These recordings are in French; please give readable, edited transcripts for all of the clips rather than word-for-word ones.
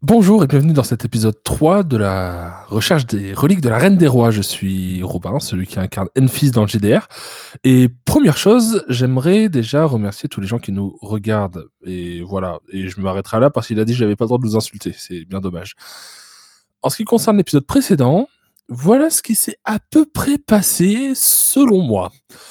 Bonjour et bienvenue dans cet épisode 3 de la recherche des reliques de la Reine des Rois. Je suis Robin, celui qui incarne Enfys dans le GDR. Et première chose, j'aimerais déjà remercier tous les gens qui nous regardent. Et voilà, et je m'arrêterai là parce qu'il a dit que j'avais pas le droit de nous insulter. C'est bien dommage. En ce qui concerne l'épisode précédent, voilà ce qui s'est à peu près passé selon moi.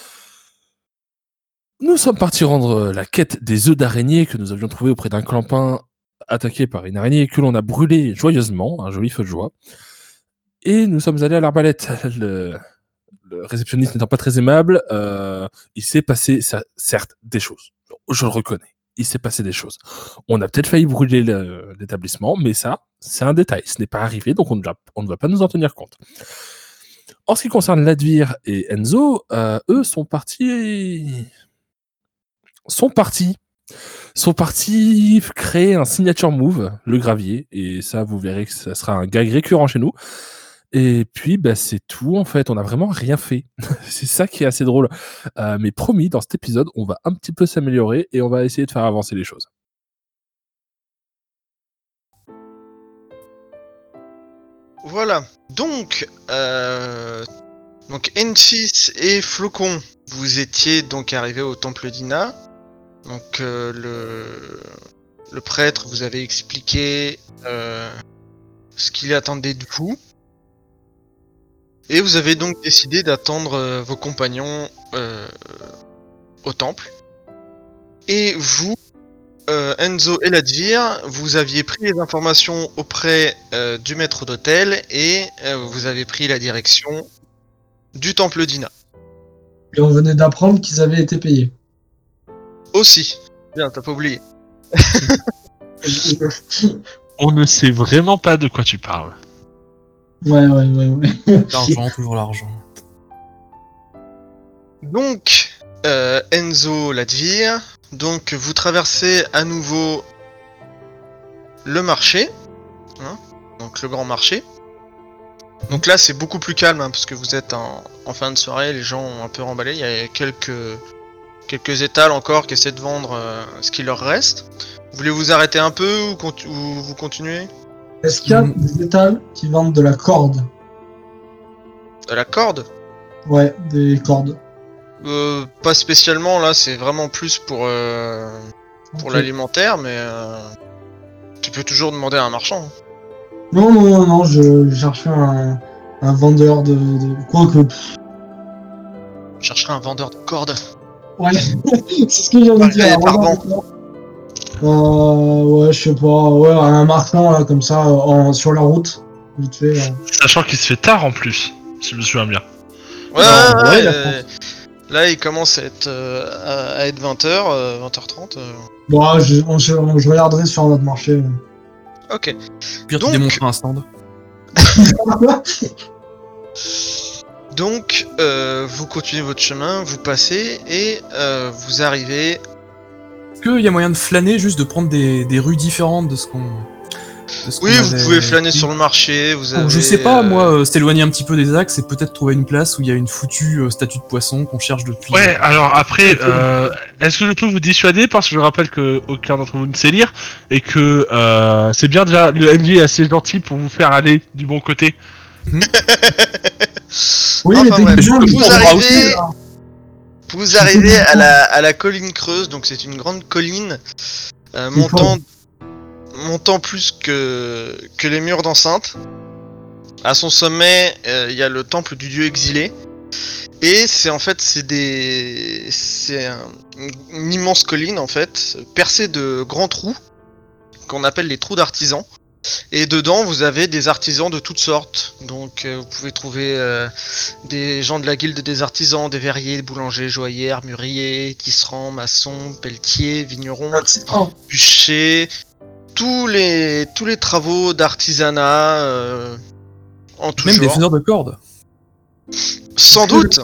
Nous sommes partis rendre la quête des œufs d'araignée que nous avions trouvés auprès d'un clampin attaqué par une araignée que l'on a brûlé joyeusement, un joli feu de joie. Et nous sommes allés à l'arbalète. Le réceptionniste n'étant pas très aimable, il s'est passé, certes, des choses. Je le reconnais. Il s'est passé des choses. On a peut-être failli brûler l'établissement, mais ça, c'est un détail. Ce n'est pas arrivé, donc on ne va pas nous en tenir compte. En ce qui concerne Ladvir et Enzo, eux sont partis créer un signature move, le gravier, et ça, vous verrez que ça sera un gag récurrent chez nous. Et puis, c'est tout, en fait. On n'a vraiment rien fait. C'est ça qui est assez drôle. Mais promis, dans cet épisode, on va un petit peu s'améliorer et on va essayer de faire avancer les choses. Voilà. Donc Enfys et Flocon, vous étiez donc arrivés au temple d'Ina. Donc le prêtre vous avait expliqué ce qu'il attendait de vous. Et vous avez donc décidé d'attendre vos compagnons au temple. Et vous, Enzo et Ladvir, vous aviez pris les informations auprès du maître d'hôtel et vous avez pris la direction du temple d'Ina. Et on venait d'apprendre qu'ils avaient été payés. Aussi. Bien, t'as pas oublié. On ne sait vraiment pas de quoi tu parles. Ouais. L'argent, toujours l'argent. Donc, Enzo, Ladvir, donc vous traversez à nouveau le marché, donc le grand marché. Donc là, c'est beaucoup plus calme parce que vous êtes en fin de soirée, les gens ont un peu remballé. Il y a quelques étals encore qui essaient de vendre ce qu'il leur reste. Voulez-vous arrêter un peu ou vous continuez ? Est-ce qu'il y a des étals qui vendent de la corde ? De la corde ? Ouais, des cordes. Pas spécialement, là, c'est vraiment plus pour l'alimentaire, mais tu peux toujours demander à un marchand. Non, je cherchais un vendeur de quoi que... Je chercherai un vendeur de cordes. Ouais, c'est ce que j'ai envie de dire. Ouais, je sais pas, ouais, un marchand là, comme ça, sur la route, vite fait. Sachant qu'il se fait tard en plus, si je me souviens bien. Ouais, là il commence à être 20h, 20h30. Bon, je regarderai sur notre marché. Ok. Pire, tu démontreras un stand. Donc, vous continuez votre chemin, vous passez et vous arrivez. Est-ce qu'il y a moyen de flâner, juste de prendre des rues différentes de ce qu'on. Oui, vous pouvez flâner sur le marché. Vous avez, je sais pas, moi, s'éloigner un petit peu des axes et peut-être trouver une place où il y a une foutue statue de poisson qu'on cherche depuis. Ouais, alors après, est-ce que je peux vous dissuader, parce que je rappelle que aucun d'entre vous ne sait lire et que c'est bien déjà, le MJ est assez gentil pour vous faire aller du bon côté. Oui, enfin, mais vous arrivez à la colline creuse, donc c'est une grande colline montant plus que les murs d'enceinte. À son sommet, il y a le temple du dieu exilé. Et c'est une immense colline en fait, percée de grands trous qu'on appelle les trous d'artisans. Et dedans, vous avez des artisans de toutes sortes. Donc, vous pouvez trouver des gens de la guilde des artisans, des verriers, des boulangers, joailliers, armuriers, tisserands, maçons, pelletiers, vignerons, bûchers, tous les travaux d'artisanat en tout même genre. des faiseurs de cordes. Sans doute.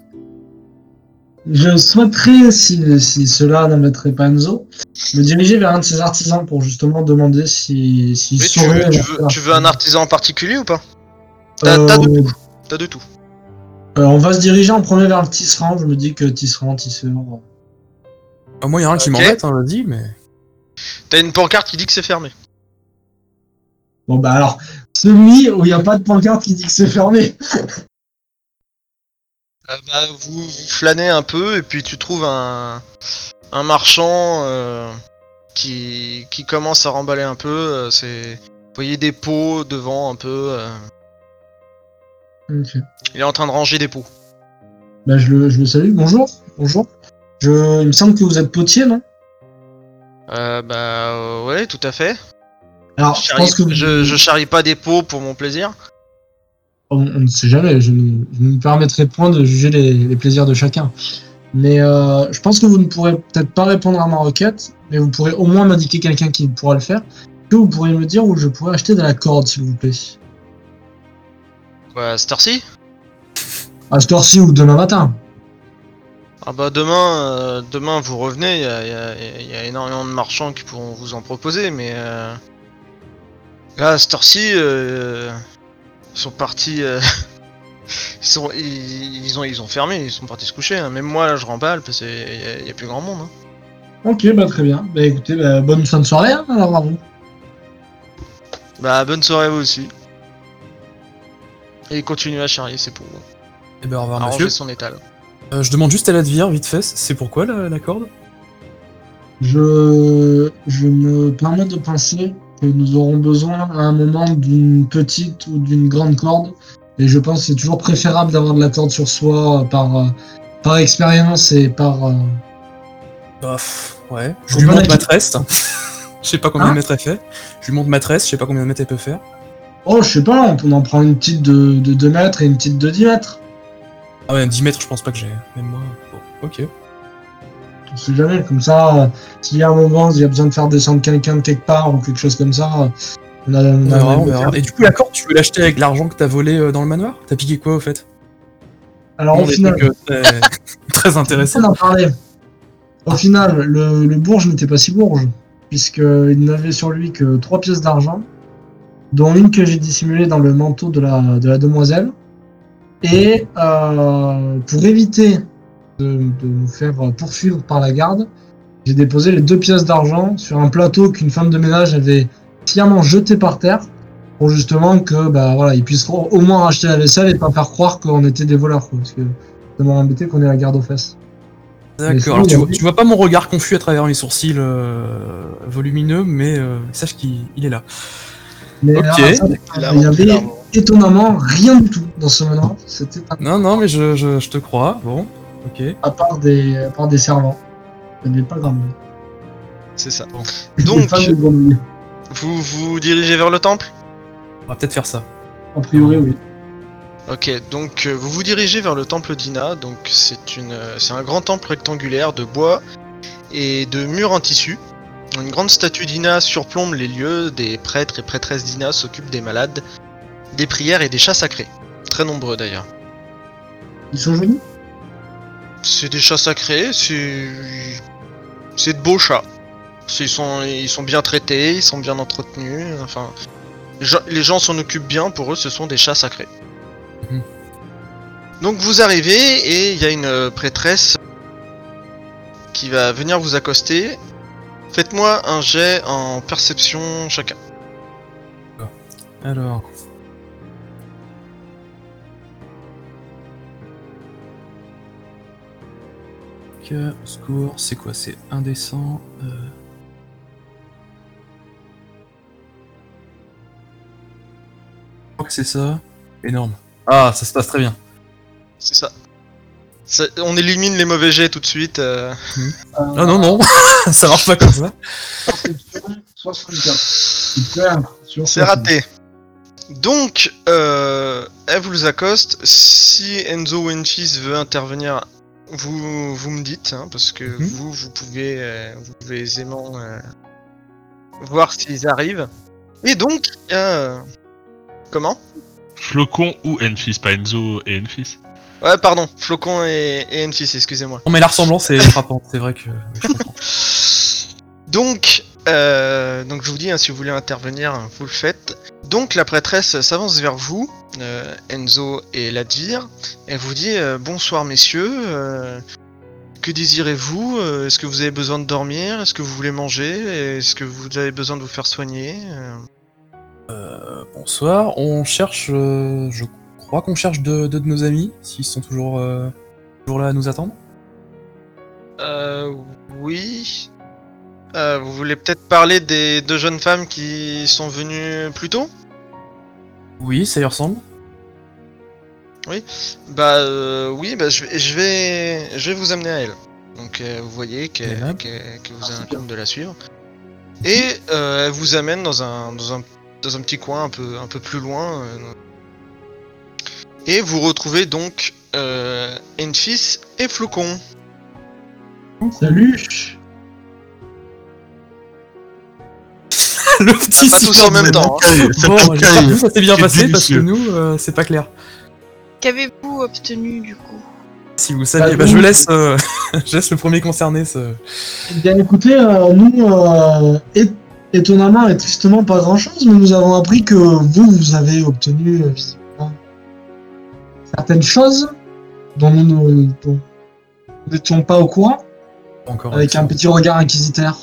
Je souhaiterais, si cela n'embêterait pas Enzo, me diriger vers un de ces artisans pour justement demander s'il saurait... Tu veux un artisan en particulier ou pas ? T'as de tout. On va se diriger en premier vers le tisserand. Je me dis que tisserand, tisseur... Moi, il y a un qui m'embête, vas-y, mais... T'as une pancarte qui dit que c'est fermé. Bon, bah alors, celui où il n'y a pas de pancarte qui dit que c'est fermé. Vous flânez un peu et puis tu trouves un marchand qui commence à remballer un peu. Vous voyez des pots devant un peu. Ok. Il est en train de ranger des pots. Bah, je le salue. Bonjour. Bonjour. Il me semble que vous êtes potier, non? Ouais, tout à fait. Alors, je pense que je charrie pas des pots pour mon plaisir. On ne sait jamais, je ne me permettrai point de juger les plaisirs de chacun. Mais je pense que vous ne pourrez peut-être pas répondre à ma requête, mais vous pourrez au moins m'indiquer quelqu'un qui pourra le faire. Que vous pourriez me dire où je pourrais acheter de la corde, s'il vous plaît? Quoi, cette heure-ci? À cette heure-ci ou demain matin. Ah bah demain vous revenez, il y a énormément de marchands qui pourront vous en proposer, mais là à cette heure-ci, ils sont partis, ils ont fermé, ils sont partis se coucher. Hein. Même moi là je remballe parce qu'il y a plus grand monde. Hein. Ok, bah très bien. Bah écoutez, bonne fin de soirée, hein, alors à vous. Bah bonne soirée à vous aussi. Et continuez à charrier, c'est pour Eh ben, au revoir, arranger monsieur. son étal. Je demande juste à l'Advire, vite fait, c'est pourquoi la corde? Je me permets de penser que nous aurons besoin à un moment d'une petite ou d'une grande corde. Et je pense que c'est toujours préférable d'avoir de la corde sur soi par expérience et par... Ouais. Je Faut lui pas montre la ma quitter. tresse. Je sais pas combien Hein de mètres elle fait. Je lui montre ma tresse, je sais pas combien de mètres elle peut faire. Oh, je sais pas, on en prend une petite de 2 mètres et une petite de 10 mètres. Ah ouais, 10 mètres, je pense pas que j'ai. Même moi. Bon, ok. On sait jamais, comme ça, s'il y a un moment, il y a besoin de faire descendre quelqu'un de quelque part ou quelque chose comme ça, on On verra, on a- verra. Et du coup, la corde, tu veux l'acheter avec l'argent que t'as volé dans le manoir? T'as piqué quoi au fait? Alors au Bon, des final, trucs, très intéressant. on en parlait. Au final, le bourge n'était pas si bourge, puisqu'il n'avait sur lui que 3 pièces d'argent, dont une que j'ai dissimulée dans le manteau de la demoiselle. Et pour éviter de nous faire poursuivre par la garde, j'ai déposé les 2 pièces d'argent sur un plateau qu'une femme de ménage avait fièrement jeté par terre, pour justement que voilà, ils puissent au moins racheter la vaisselle et pas faire croire qu'on était des voleurs, quoi, parce que ça m'aurait embêté qu'on ait la garde aux fesses. D'accord, alors tu vois pas mon regard confus à travers mes sourcils volumineux, mais sache qu'il est là. Mais Ok. il y avait étonnamment rien du tout dans ce manoir. C'était Non, mais je te crois. Bon, ok. à part des servants. Il n'y avait pas grand monde. C'est ça. Des Donc femmes de grenouilles. vous vous dirigez vers le temple? On va peut-être faire ça. A priori, oui. Ok, donc vous vous dirigez vers le temple d'Ina, donc c'est un grand temple rectangulaire de bois et de murs en tissu. Une grande statue d'Ina surplombe les lieux, des prêtres et prêtresses d'Ina s'occupent des malades, des prières et des chats sacrés. Très nombreux d'ailleurs. Ils sont jolis. C'est des chats sacrés, c'est de beaux chats. Ils sont bien traités, ils sont bien entretenus, enfin... Les gens s'en occupent bien, pour eux ce sont des chats sacrés. Mhm. Donc vous arrivez et il y a une prêtresse qui va venir vous accoster. Faites-moi un jet en perception chacun. Alors. Score, c'est quoi? C'est indécent. Je crois que c'est ça. Énorme. Ah, ça se passe très bien. C'est ça. On élimine les mauvais jets tout de suite. Ah non, ça marche pas comme ça. 64. Super. C'est raté. Donc, elle vous accoste. Si Enzo Wenfis veut intervenir, vous me dites, hein, parce que vous pouvez aisément voir s'ils arrivent. Et donc, comment? Flocon ou Enfis, pas Enzo et Enfis. Ouais, pardon, Flocon et Enfis, excusez-moi. Non, mais la ressemblance est frappante, c'est vrai que. Je comprends. Donc je vous dis, hein, si vous voulez intervenir, vous le faites. Donc la prêtresse s'avance vers vous, Enzo et Ladvir. Elle vous dit bonsoir messieurs, que désirez-vous? Est-ce que vous avez besoin de dormir? Est-ce que vous voulez manger? Est-ce que vous avez besoin de vous faire soigner? Bonsoir, on cherche, je crois qu'on cherche deux de nos amis, s'ils sont toujours là à nous attendre. Oui. Vous voulez peut-être parler des 2 jeunes femmes qui sont venues plus tôt? Oui, ça y ressemble. Oui, je vais vous amener à elle. Donc vous voyez qu'elle vous incombe de la suivre. Et elle vous amène dans un petit coin un peu plus loin. Et vous retrouvez donc Enfys et Flocon. Salut. Le petit Pas tous en même temps. Bon, j'espère que ça s'est bien passé parce que nous, c'est pas clair. Qu'avez-vous obtenu du coup? Si vous saviez, je laisse le premier concerné. Eh bien écoutez, nous, étonnamment et tristement pas grand-chose, mais nous avons appris que vous avez obtenu visiblement certaines choses dont nous n'étions pas au courant, Encore avec un petit regard inquisiteur.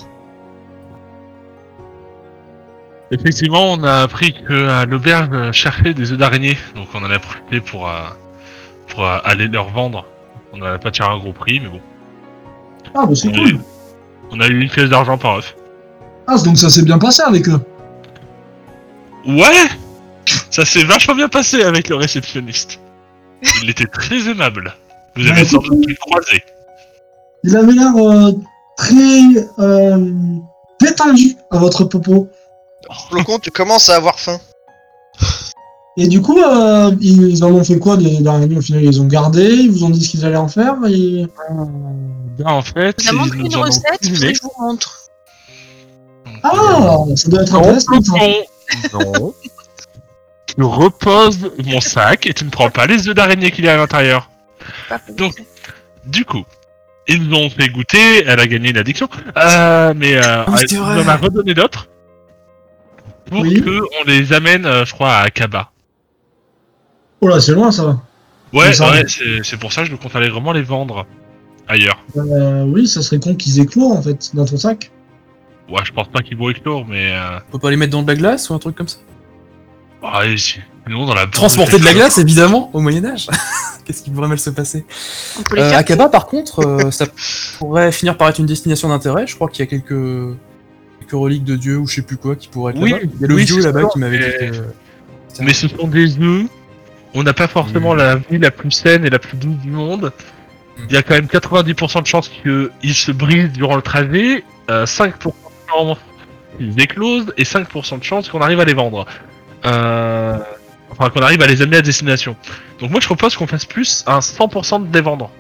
Effectivement, on a appris que l'auberge cherchait des œufs d'araignée, donc on en a profité pour aller leur vendre. On n'a pas tiré un gros prix, mais bon. Ah bah c'est cool. On a eu une pièce d'argent par œuf. Ah donc ça s'est bien passé avec eux. Ouais, ça s'est vachement bien passé avec le réceptionniste. Il était très aimable. Vous avez sans doute pu le croiser. Il avait l'air très détendu à votre propos. Flocon, tu commences à avoir faim. Et du coup, ils en ont fait quoi des araignées au final? Ils les ont gardés, ils vous ont dit ce qu'ils allaient en faire et... En fait, On a montré ils une nous en ont recette, il faudrait cuisiné. que je vous montre. Ah, ça doit être intéressant ça. Non. Tu reposes mon sac et tu ne prends pas les œufs d'araignée qu'il y a à l'intérieur. Pas pour Donc, ça. Du coup, ils nous ont fait goûter, elle a gagné une addiction, mais c'est elle vrai. nous en a redonné d'autres pour Oui. que on les amène, je crois, à Akaba. Oh là, c'est loin ça. Ouais, Ça. ouais, c'est pour ça que je compte aller vraiment les vendre ailleurs. Oui, ça serait con qu'ils éclorent en fait dans ton sac. Ouais, je pense pas qu'ils vont éclore, mais On peut pas les mettre dans de la glace ou un truc comme ça? ouais, sinon dans la Transporter de la glace, évidemment, au Moyen-Âge. Qu'est-ce qui pourrait mal se passer? On peut les faire. Akaba, par contre, ça pourrait finir par être une destination d'intérêt. Je crois qu'il y a quelques reliques de dieu ou je sais plus quoi qui pourraient être Oui, là-bas. Il y a le oui, vieux c'est là-bas sûr, qui m'avait mais- dit que... Mais ce sont des œufs. On n'a pas forcément la vie la plus saine et la plus douce du monde. Il y a quand même 90% de chances qu'ils se brisent durant le trajet, 5% de chances qu'ils éclosent et 5% de chances qu'on arrive à les vendre. Enfin, qu'on arrive à les amener à destination. Donc moi je propose qu'on fasse plus un 100% de les vendre.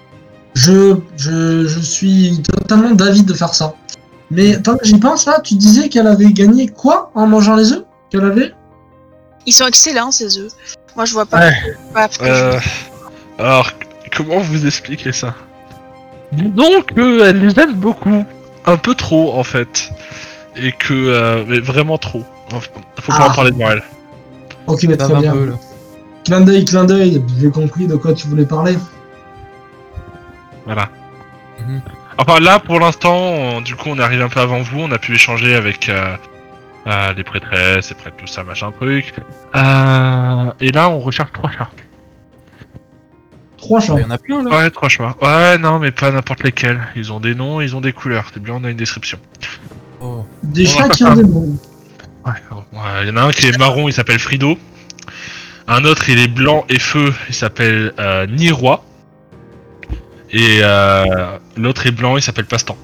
Je suis totalement d'avis de faire ça. Mais tant que j'y pense là, tu disais qu'elle avait gagné quoi en mangeant les œufs qu'elle avait? Ils sont excellents ces œufs. Moi je vois pas. Ouais. Après, Alors, comment vous expliquer ça? Disons qu'elle les aime beaucoup. Un peu trop en fait. Et que... mais vraiment trop. Faut pas en parler devant elle. Ok, Ça très va un bien. peu, là. Clin d'œil, j'ai compris de quoi tu voulais parler. Voilà. Mhm. Enfin là, pour l'instant, du coup, on est arrivé un peu avant vous. On a pu échanger avec les prêtresses, les prêtres, tout ça, machin truc. Et là, on recherche 3 chats. 3 chats. Il y en a plein là. Ouais, 3 chats. Ouais, non, mais pas n'importe lesquels. Ils ont des noms, ils ont des couleurs. C'est bien, on a une description. Oh. Des On chats va qui faire ont ça. des noms. Ouais, il y en a un qui est marron, il s'appelle Frido. Un autre, il est blanc et feu, il s'appelle Niroi. Et l'autre est blanc, il s'appelle Pastan.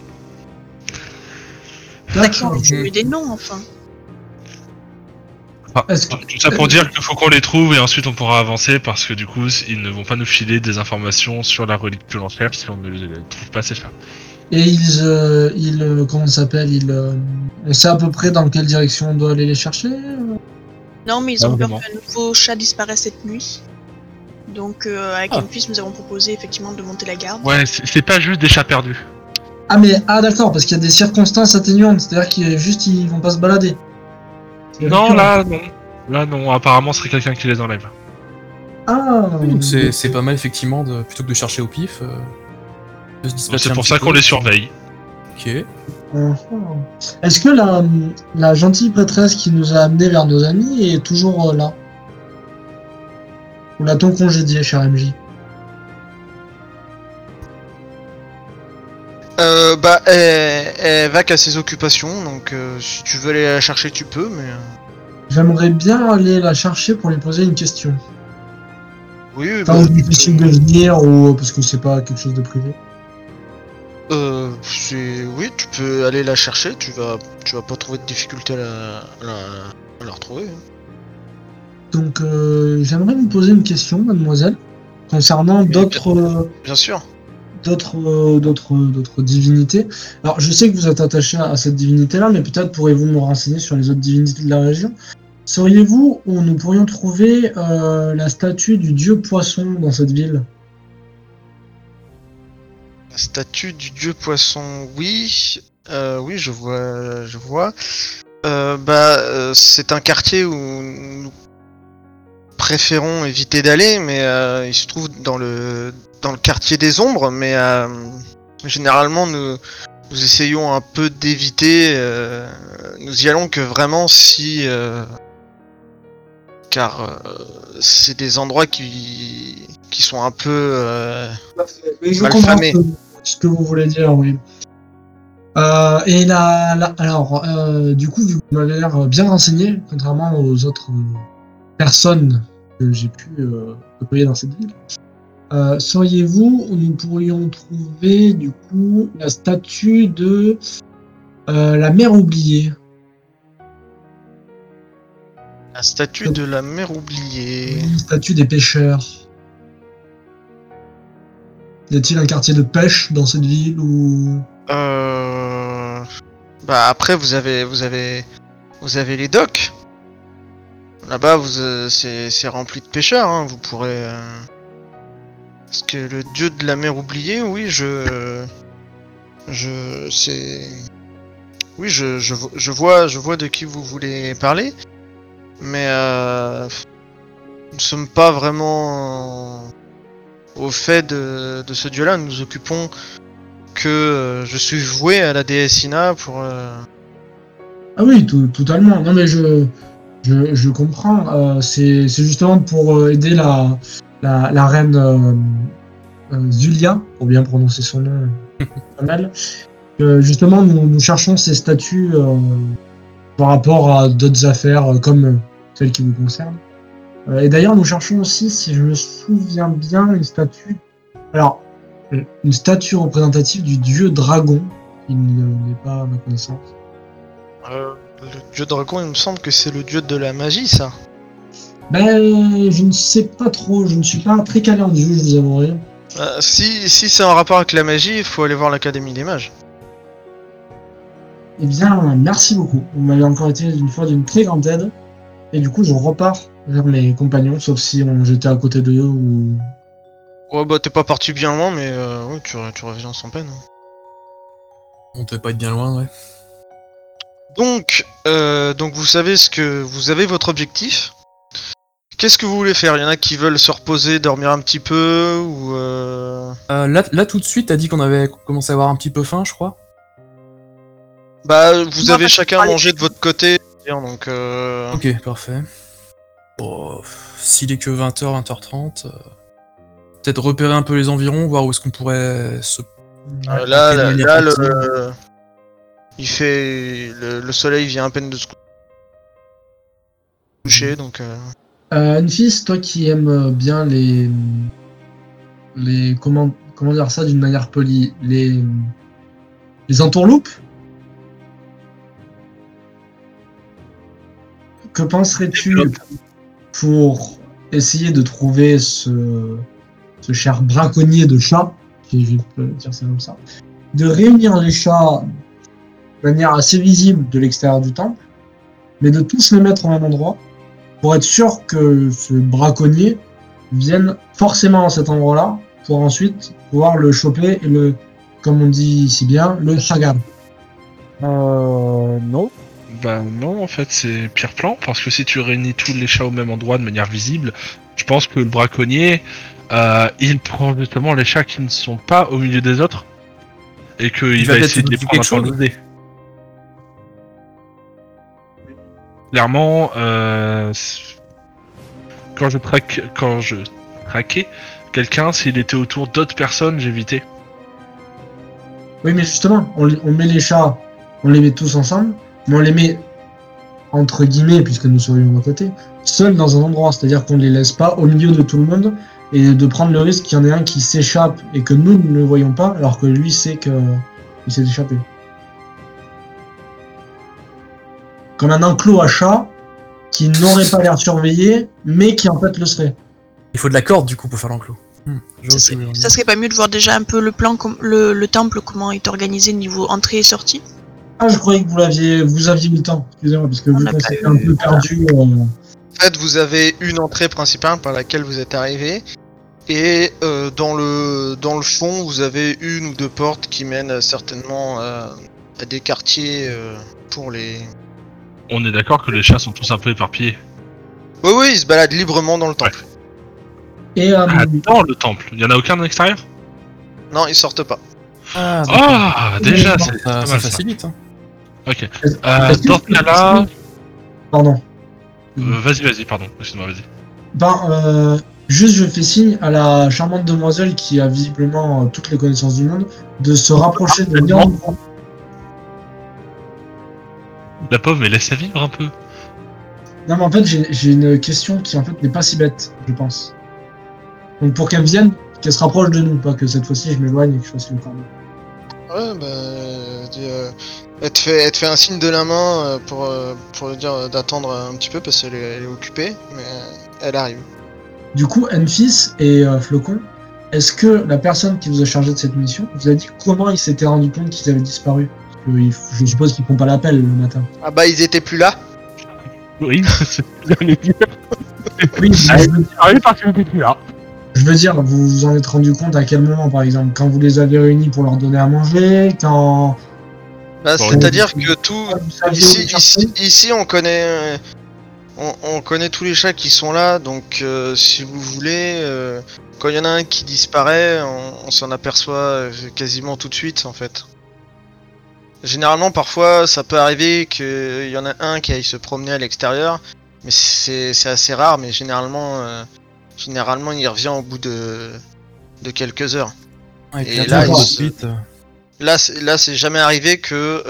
D'accord. j'ai eu des noms enfin. Enfin, Est-ce que- tout ça pour dire qu'il faut qu'on les trouve et ensuite on pourra avancer parce que du coup, ils ne vont pas nous filer des informations sur la relique que l'on cherche si on ne les trouve pas, c'est ça. Et comment ça s'appelle on sait à peu près dans quelle direction on doit aller les chercher? Non mais ils ont Pas peur vraiment. qu'un nouveau chat disparaisse cette nuit. Donc avec une fils nous avons proposé effectivement de monter la garde. Ouais, c'est pas juste des chats perdus. Ah d'accord, parce qu'il y a des circonstances atténuantes, c'est-à-dire qu'ils vont pas se balader. C'est Non, récurrent. là, non. Là, non. Apparemment, ce serait quelqu'un qui les enlève. Ah. Donc c'est pas mal effectivement plutôt que de chercher au pif. De se dispatcher C'est un pour petit ça peu. qu'on les surveille. Ok. Est-ce que la gentille prêtresse qui nous a amenés vers nos amis est toujours là? Ou l'a-t-on congédiée, cher MJ? Elle va qu'à ses occupations, donc si tu veux aller la chercher, tu peux, mais... J'aimerais bien aller la chercher pour lui poser une question. Oui, Enfin, ou difficile de venir, ou parce que c'est pas quelque chose de privé. Oui, tu peux aller la chercher, tu vas pas trouver de difficulté à la retrouver. Donc, j'aimerais vous poser une question, mademoiselle, concernant Bien sûr. d'autres divinités. Alors, je sais que vous êtes attaché à cette divinité-là, mais peut-être pourriez-vous me renseigner sur les autres divinités de la région. Sauriez-vous où nous pourrions trouver la statue du dieu poisson dans cette ville? La statue du dieu poisson, oui. Oui, je vois. C'est un quartier où nous préférons éviter d'aller, mais il se trouve dans le quartier des ombres, mais généralement nous essayons un peu d'éviter. Nous y allons que vraiment si... car c'est des endroits qui sont un peu Mais je comprends malfamés. ce que vous voulez dire, oui. Et alors, du coup, vu que vous m'avez l'air bien renseigné, contrairement aux autres personnes que j'ai pu côtoyer dans cette ville, sauriez-vous où nous pourrions trouver, du coup, la statue de la mère oubliée? La statue de la mère oubliée. La statue des pêcheurs. Y a-t-il un quartier de pêche dans cette ville ou... Après vous avez les docks. Là-bas c'est rempli de pêcheurs, hein. Vous pourrez. Parce que le dieu de la mer oubliée, oui, je vois de qui vous voulez parler, mais nous ne sommes pas vraiment au fait de ce dieu-là. Nous nous occupons que je suis voué à la déesse Ina pour. Ah oui, totalement. Non mais je comprends. C'est justement pour aider la reine Zulia, pour bien prononcer son nom, pas mal. Justement, nous cherchons ces statues par rapport à d'autres affaires comme celles qui vous concernent. Et d'ailleurs, nous cherchons aussi, si je me souviens bien, une statue. Alors, une statue représentative du dieu dragon, qui n'est pas à ma connaissance. Le dieu dragon, il me semble que c'est le dieu de la magie, ça. Ben, je ne sais pas trop, je ne suis pas très calé en dieu, je vous avouerai. Si c'est en rapport avec la magie, il faut aller voir l'Académie des Mages. Eh bien, merci beaucoup. Vous m'avez encore été une fois d'une très grande aide. Et du coup, je repars vers mes compagnons, sauf si j'étais à côté d'eux ou... Ouais, bah t'es pas parti bien loin, mais oui, tu reviens sans peine. On devait pas être bien loin, ouais. Donc vous savez vous avez votre objectif. Qu'est-ce que vous voulez faire? Il y en a qui veulent se reposer, dormir un petit peu, ou Là, tout de suite, t'as dit qu'on avait commencé à avoir un petit peu faim, je crois. Bah, vous Non, avez parce que chacun parler- mangé de votre côté, donc Ok, parfait. Bon, s'il est que 20h, 20h30, peut-être repérer un peu les environs, voir où est-ce qu'on pourrait se... là, approximer. il fait le soleil vient à peine de se coucher, donc Enfis, toi qui aimes bien les comment dire ça d'une manière polie, les entourloupes, que penserais-tu pour essayer de trouver ce cher braconnier de chats, si je peux dire ça comme ça, de réunir les chats de manière assez visible de l'extérieur du temple, mais de tous les mettre au même endroit, pour être sûr que ce braconnier vienne forcément à cet endroit-là, pour ensuite pouvoir le choper et le, comme on dit si bien, le chagar. Non. Bah non, en fait, c'est pire plan, parce que si tu réunis tous les chats au même endroit de manière visible, je pense que le braconnier, il prend justement les chats qui ne sont pas au milieu des autres, et qu'il va essayer de les prendre par le nez. Clairement, quand je traquais quelqu'un, s'il était autour d'autres personnes, j'évitais. Oui, mais justement, on met les chats, on les met tous ensemble, mais on les met, entre guillemets, puisque nous serions à côté, seuls dans un endroit. C'est-à-dire qu'on ne les laisse pas au milieu de tout le monde et de prendre le risque qu'il y en ait un qui s'échappe et que nous ne le voyons pas, alors que lui sait qu'il s'est échappé. Comme un enclos à chats qui n'aurait pas l'air surveillé, mais qui en fait le serait. Il faut de la corde du coup pour faire l'enclos. Ça serait pas mieux de voir déjà un peu le plan, le temple, comment il est organisé niveau entrée et sortie. Ah, je croyais que vous aviez eu le temps. Excusez-moi, parce que On vu a qu'on pas s'était eu- un peu perdu. En fait, vous avez une entrée principale par laquelle vous êtes arrivé. Et dans le fond, vous avez une ou deux portes qui mènent certainement à des quartiers pour les... On est d'accord que les chats sont tous un peu éparpillés. Oui, ils se baladent librement dans le temple. Et Dans le temple, il y en a aucun à l'extérieur? Non, ils sortent pas. Ah, d'accord. Ah, déjà, Oui, c'est ça, pas ça mal ça. facilite. Hein. Ok. est-ce que Dans ce je peux cas-là... préciser- Pardon. Vas-y, pardon. Excuse-moi, vas-y. Juste, je fais signe à la charmante demoiselle qui a visiblement toutes les connaissances du monde de se rapprocher de Léon. La pauvre, mais laisse-la vivre un peu. Non, mais en fait, j'ai une question qui en fait n'est pas si bête, je pense. Donc pour qu'elle vienne, qu'elle se rapproche de nous, pas que cette fois-ci je m'éloigne et que je fasse le cornet. Ouais, elle te fait un signe de la main pour lui dire d'attendre un petit peu parce qu'elle elle est occupée, mais elle arrive. Du coup, Enfis et Flocon, est-ce que la personne qui vous a chargé de cette mission vous a dit comment ils s'étaient rendu compte qu'ils avaient disparu? Parce que je suppose qu'ils font pas l'appel le matin. Ah bah ils étaient plus là. Oui, c'est ce que j'allais dire. Oui, parce que t'es là. je veux dire, vous vous en êtes rendu compte à quel moment, par exemple? Quand vous les avez réunis pour leur donner à manger? Quand... Bah, Bon, c'est-à-dire que tout... Vous saviez où les chercher Ici on connaît... on connaît tous les chats qui sont là, donc si vous voulez, quand il y en a un qui disparaît, on s'en aperçoit quasiment tout de suite en fait. Généralement, parfois, ça peut arriver qu'il y en a un qui aille se promener à l'extérieur, mais c'est assez rare, mais généralement, il revient au bout de quelques heures. Ouais, Et puis là, après, ils de se- suite, Là, c'est jamais arrivé que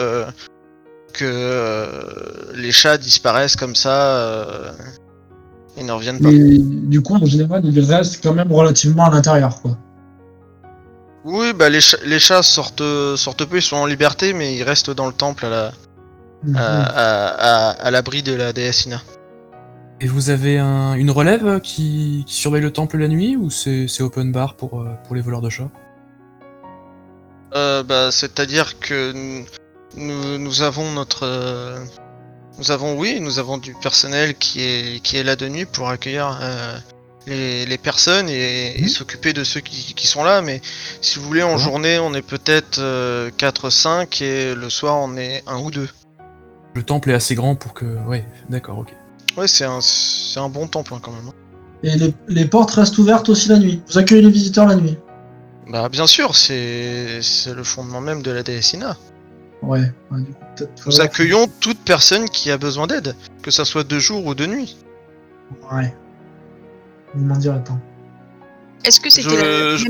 les chats disparaissent comme ça et ne reviennent pas. Mais du coup, en général, ils restent quand même relativement à l'intérieur, quoi. Oui, bah les chats sortent peu, ils sont en liberté, mais ils restent dans le temple à l'abri de la déesse Ina. Et vous avez une relève qui surveille le temple la nuit ou c'est open bar pour les voleurs de chats? C'est-à-dire que nous avons notre... nous avons du personnel qui est là de nuit pour accueillir les personnes et s'occuper de ceux qui sont là, mais si vous voulez, en journée, on est peut-être 4-5 et le soir, on est 1 ou 2. Le temple est assez grand pour que... Ouais, d'accord, ok. Ouais, c'est un bon temple hein, quand même. Et les portes restent ouvertes aussi la nuit. Vous accueillez les visiteurs la nuit. Bah bien sûr, c'est le fondement même de la déesse Ina. Ouais, du coup, peut-être. Nous accueillons toute personne qui a besoin d'aide, que ça soit de jour ou de nuit. Ouais. Vous m'en direz tant. Est-ce que c'était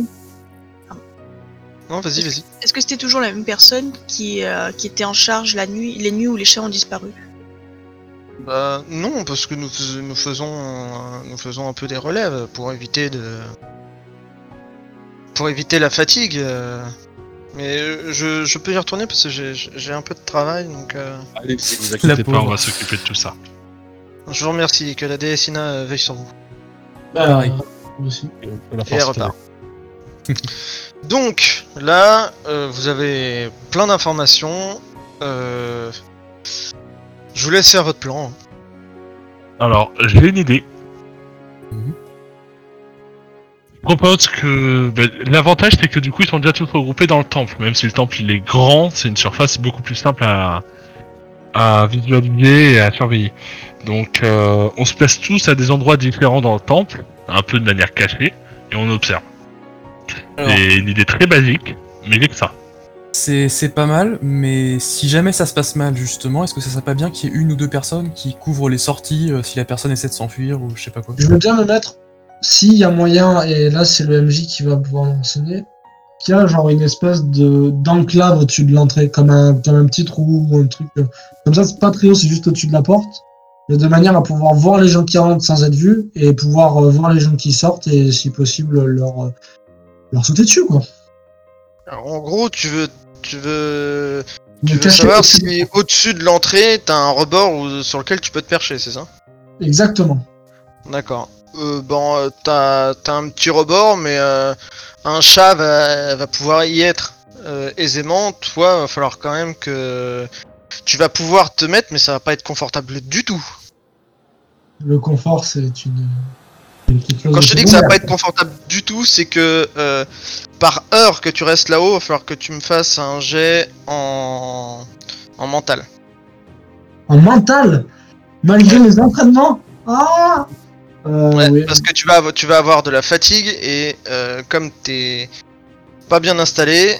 Non, vas-y. Est-ce que c'était toujours la même personne qui était en charge les nuits où les chats ont disparu? Bah non, parce que nous faisons un peu des relèves pour éviter la fatigue. Mais je peux y retourner parce que j'ai un peu de travail, donc Allez, si vous La inquiétez pas, pauvre. on va s'occuper de tout ça. je vous remercie, que la déesse Ina veille sur vous. Pareil. Moi aussi. Et elle repart. Donc, là, vous avez plein d'informations. Je vous laisse faire votre plan. Alors, j'ai une idée. Mhm. Je propose que... l'avantage, c'est que du coup, ils sont déjà tous regroupés dans le temple. Même si le temple, il est grand, c'est une surface beaucoup plus simple à visualiser et à surveiller. Donc, on se place tous à des endroits différents dans le temple, un peu de manière cachée, et on observe. Alors. C'est une idée très basique, mais il est que ça. C'est pas mal, mais si jamais ça se passe mal, justement, est-ce que ça serait pas bien qu'il y ait une ou deux personnes qui couvrent les sorties si la personne essaie de s'enfuir ou je sais pas quoi? Je veux bien me mettre, s'il y a moyen, et là c'est le MJ qui va pouvoir l'enseigner, qu'il y a genre une espèce d'enclave au-dessus de l'entrée, comme un petit trou ou un truc. Comme ça, c'est pas très haut, c'est juste au-dessus de la porte. De manière à pouvoir voir les gens qui rentrent sans être vus et pouvoir voir les gens qui sortent et si possible leur sauter dessus, quoi. Alors, en gros, tu veux Me cacher savoir au-dessus de la si porte. au-dessus de l'entrée, t'as un rebord sur lequel tu peux te percher, c'est ça? Exactement. D'accord. T'as un petit rebord, mais un chat va pouvoir y être aisément. Toi, va falloir quand même que tu vas pouvoir te mettre, mais ça va pas être confortable du tout. Le confort, c'est quelque chose Quand de je te dis que ça va secondaire. pas être confortable du tout, c'est que par heure que tu restes là-haut, il va falloir que tu me fasses un jet en mental. En mental, malgré les entraînements. Ah Ouais, oui. parce que tu vas avoir de la fatigue et comme t'es pas bien installé,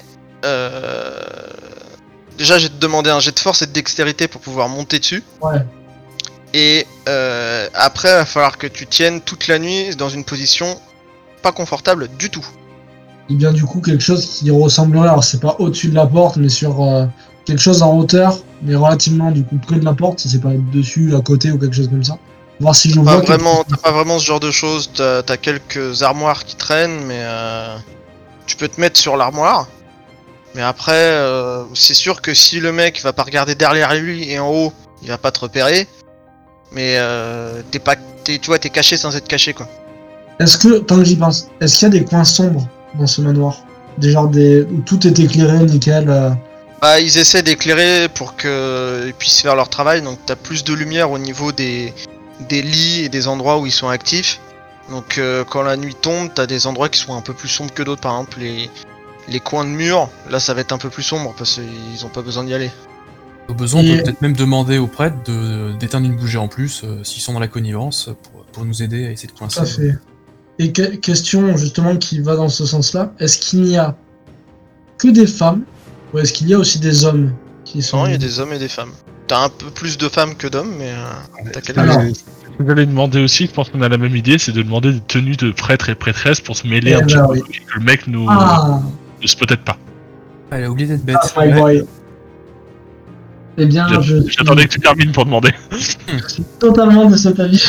déjà je vais te demander un jet de force et de dextérité pour pouvoir monter dessus. Ouais. Et après, il va falloir que tu tiennes toute la nuit dans une position pas confortable du tout. Et bien du coup quelque chose qui ressemblerait, alors c'est pas au-dessus de la porte, mais sur quelque chose en hauteur, mais relativement du coup près de la porte, si c'est pas dessus, à côté ou quelque chose comme ça. Voir si je T'as vois quelque chose. pas vraiment ce genre de choses. T'as quelques armoires qui traînent, mais tu peux te mettre sur l'armoire. Mais après, c'est sûr que si le mec va pas regarder derrière lui et en haut, il va pas te repérer. Mais tu vois, t'es caché sans être caché, quoi. Est-ce que, tant que j'y pense, est-ce qu'il y a des coins sombres dans ce manoir? Des genres où tout est éclairé, nickel. Bah, ils essaient d'éclairer pour qu'ils puissent faire leur travail, donc t'as plus de lumière au niveau des lits et des endroits où ils sont actifs. Donc quand la nuit tombe, t'as des endroits qui sont un peu plus sombres que d'autres, par exemple les coins de mur, là ça va être un peu plus sombre parce qu'ils ont pas besoin d'y aller. Au besoin, on Et- peut peut-être même demander aux prêtres d'éteindre une bougie en plus, s'ils sont dans la connivence, pour nous aider à essayer de Tout à coincer. fait. Et question justement qui va dans ce sens-là, est-ce qu'il n'y a que des femmes ou est-ce qu'il y a aussi des hommes qui sont... Non, il y a des hommes et des femmes. T'as un peu plus de femmes que d'hommes, mais t'as quelques Alors, Vous allez demander aussi, je pense qu'on a la même idée, c'est de demander des tenues de prêtres et prêtresses pour se mêler Eh un petit ben peu, oui. que le mec nous Ah, ne se peut-être pas. Ah, elle a oublié d'être bête. that's my Ouais. boy. Eh bien, je suis J'attendais que tu termines pour demander. totalement de cet avis.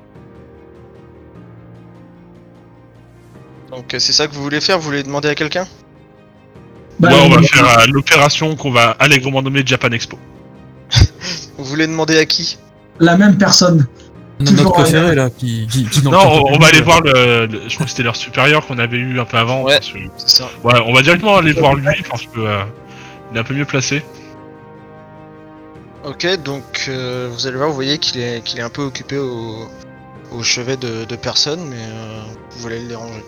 Donc c'est ça que vous voulez faire, vous voulez demander à quelqu'un? Bah, Ouais, on va faire l'opération qu'on va allègrement nommer Japan Expo. Vous voulez demander à qui? la même personne. Notre Toujours préféré là, qui dans le Non, cœur on va aller public, voir je crois que c'était leur supérieur qu'on avait eu un peu avant. Ouais. parce que- C'est ça. Ouais, on va directement aller voir lui parce que il est un peu mieux placé. Ok, donc vous allez voir, vous voyez qu'il est un peu occupé au chevet de personnes, mais vous voulez le déranger.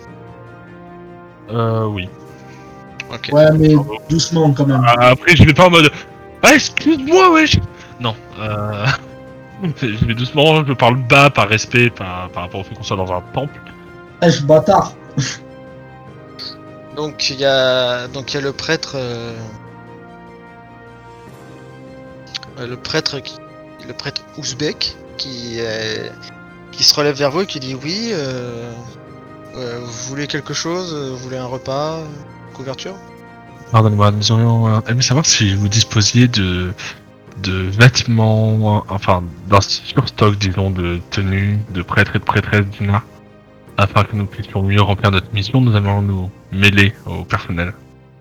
Oui. Ok. Ouais, mais doucement quand même. Après, je vais pas en mode. Ah, excuse-moi, wesh! Non, je vais doucement, je parle bas par respect par rapport au fait qu'on soit dans un temple. Eh, je bâtard. Donc il y a le prêtre le prêtre ouzbek qui se relève vers vous et qui dit oui vous voulez quelque chose, vous voulez un repas, couverture? Pardonnez-moi, nous aurions aimé savoir si vous disposiez de vêtements, enfin, d'un surstock, disons, de tenues, de prêtres et de prêtresses d'Ina, afin que nous puissions mieux remplir notre mission. Nous allons nous mêler au personnel.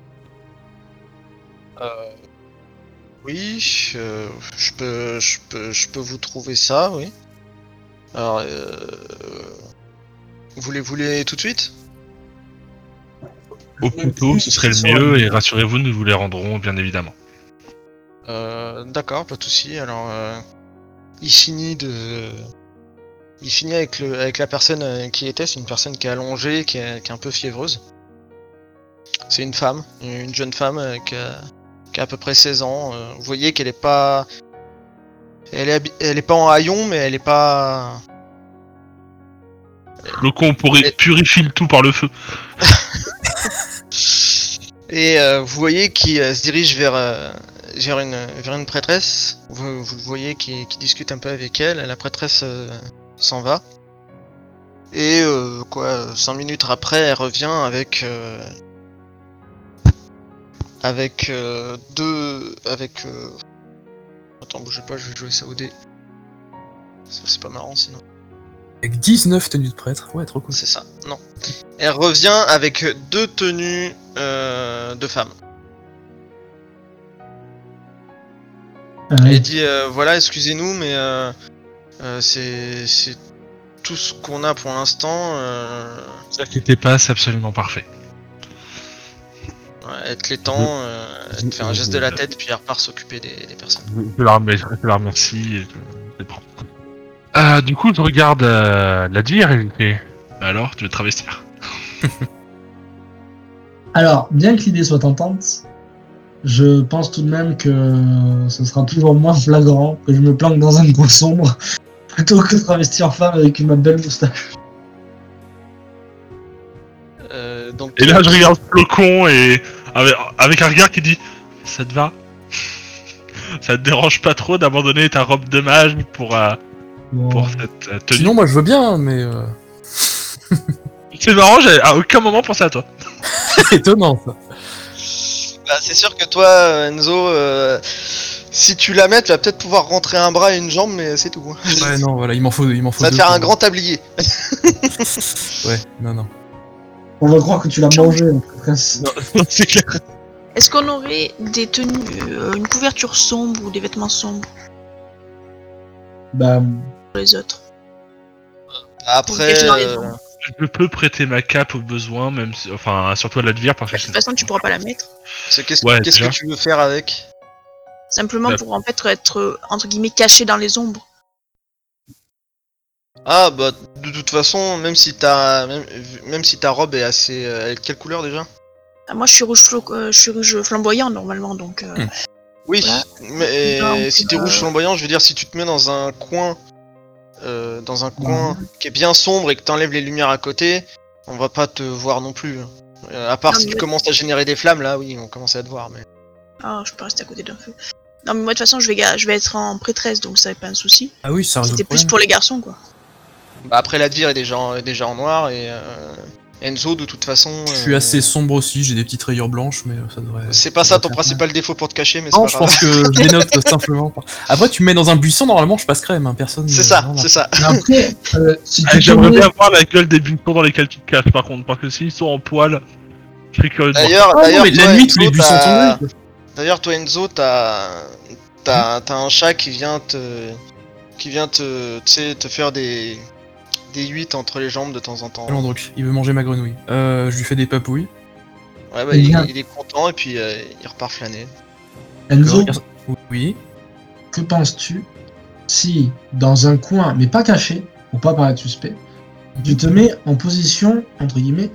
Oui, je peux vous trouver ça, oui. Alors vous les voulez tout de suite? Au plus tôt, ce serait le mieux, et rassurez-vous, nous vous les rendrons, bien évidemment. D'accord, pas de souci. Alors, il finit avec la personne qui était. C'est une personne qui est allongée, qui est un peu fiévreuse. C'est une femme, une jeune femme qui a à peu près 16 ans. Vous voyez qu'elle est pas, elle est pas en haillon, mais elle est pas. Le con purifie le tout par le feu. Et vous voyez qu'il se dirige vers une prêtresse. Vous le voyez qui discute un peu avec elle. La prêtresse s'en va. Et 5 minutes après, elle revient avec deux... Attends, bougez pas, je vais jouer ça au dé. Ça, c'est pas marrant sinon. Avec 19 tenues de prêtre, ouais, trop cool. C'est ça, non. Elle revient avec 2 tenues de femmes. Elle dit voilà, excusez-nous, mais c'est tout ce qu'on a pour l'instant. Ne vous inquiétez pas, c'est absolument parfait. Ouais, elle te l'étend, elle te fait un geste de la tête, puis elle repart s'occuper des personnes. Je la remercie et je les prends. Du coup, je regarde la dvir et je fais alors, tu veux te travestir? Alors, bien que l'idée soit tentante, je pense tout de même que ce sera toujours moins flagrant que je me planque dans un coin sombre plutôt que de travestir en femme avec ma belle moustache. Donc, Et là, je regarde Flocon et avec un regard qui dit ça te va? Ça te dérange pas trop d'abandonner ta robe de mage pour cette tenue? Sinon, moi je veux bien, mais. C'est marrant, j'ai à aucun moment pensé à toi. Étonnant ça. bah, c'est sûr que toi, Enzo, si tu la mets, tu vas peut-être pouvoir rentrer un bras et une jambe, mais c'est tout. Ouais, non, voilà, il m'en faut Ça va te deux faire pour- un grand tablier. Ouais, non. On va croire que tu l'as mangé, la prêtresse. Non, c'est clair. Est-ce qu'on aurait des tenues, une couverture sombre ou des vêtements sombres Bah, pour les autres? Après, cacher dans les ombres. Je peux prêter ma cape au besoin, même si, enfin, surtout à la dvir, parce que De toute façon, tu pourras pas la mettre. qu'est-ce Ouais, qu'est-ce que déjà. tu veux faire avec? Simplement Ouais. pour en fait être entre guillemets caché dans les ombres. Ah bah de toute façon, même si ta robe est assez, elle est de quelle couleur déjà? Ah, moi, je suis rouge flamboyant normalement, donc. Oui, Voilà. mais Donc, si t'es rouge flamboyant, je veux dire si tu te mets dans un coin, qui est bien sombre et que t'enlèves les lumières à côté, on va pas te voir non plus. À part Non, si mais- tu commences à générer des flammes, là oui, on commence à te voir. Mais Ah, je peux rester à côté d'un feu. Non, mais moi, de toute façon, je vais être en prêtresse, donc ça n'est pas un souci. Ah oui, ça résout C'était le plus problème. pour les garçons, quoi. bah, après la dvir est déjà en noir et Enzo de toute façon. Je suis assez sombre aussi, j'ai des petites rayures blanches, mais ça devrait. C'est pas ça ton principal défaut pour te cacher, mais c'est Non, pas je grave. pense que je les note simplement. Après, tu me mets dans un buisson, normalement, je passe crème, hein, personne. C'est ça, non, non. c'est ça. mais après, si Ah, tu te j'aimerais mets... bien voir la gueule des buissons dans lesquels tu te caches, par contre, parce que s'ils sont en poil, je serais curieux de voir. D'ailleurs, Ah non, mais toi, la nuit, tous les Enzo, buissons t'as- sont gris. D'ailleurs, toi Enzo, t'as un chat qui vient te tu sais, te faire des 8 entre les jambes de temps en temps. Landruc, il veut manger ma grenouille. Je lui fais des papouilles. Ouais, bah, Eh bien. il est content et puis il repart flâner. Enzo, Oui. que penses-tu si, dans un coin, mais pas caché, pour pas paraître suspect, tu te mets en position, entre guillemets,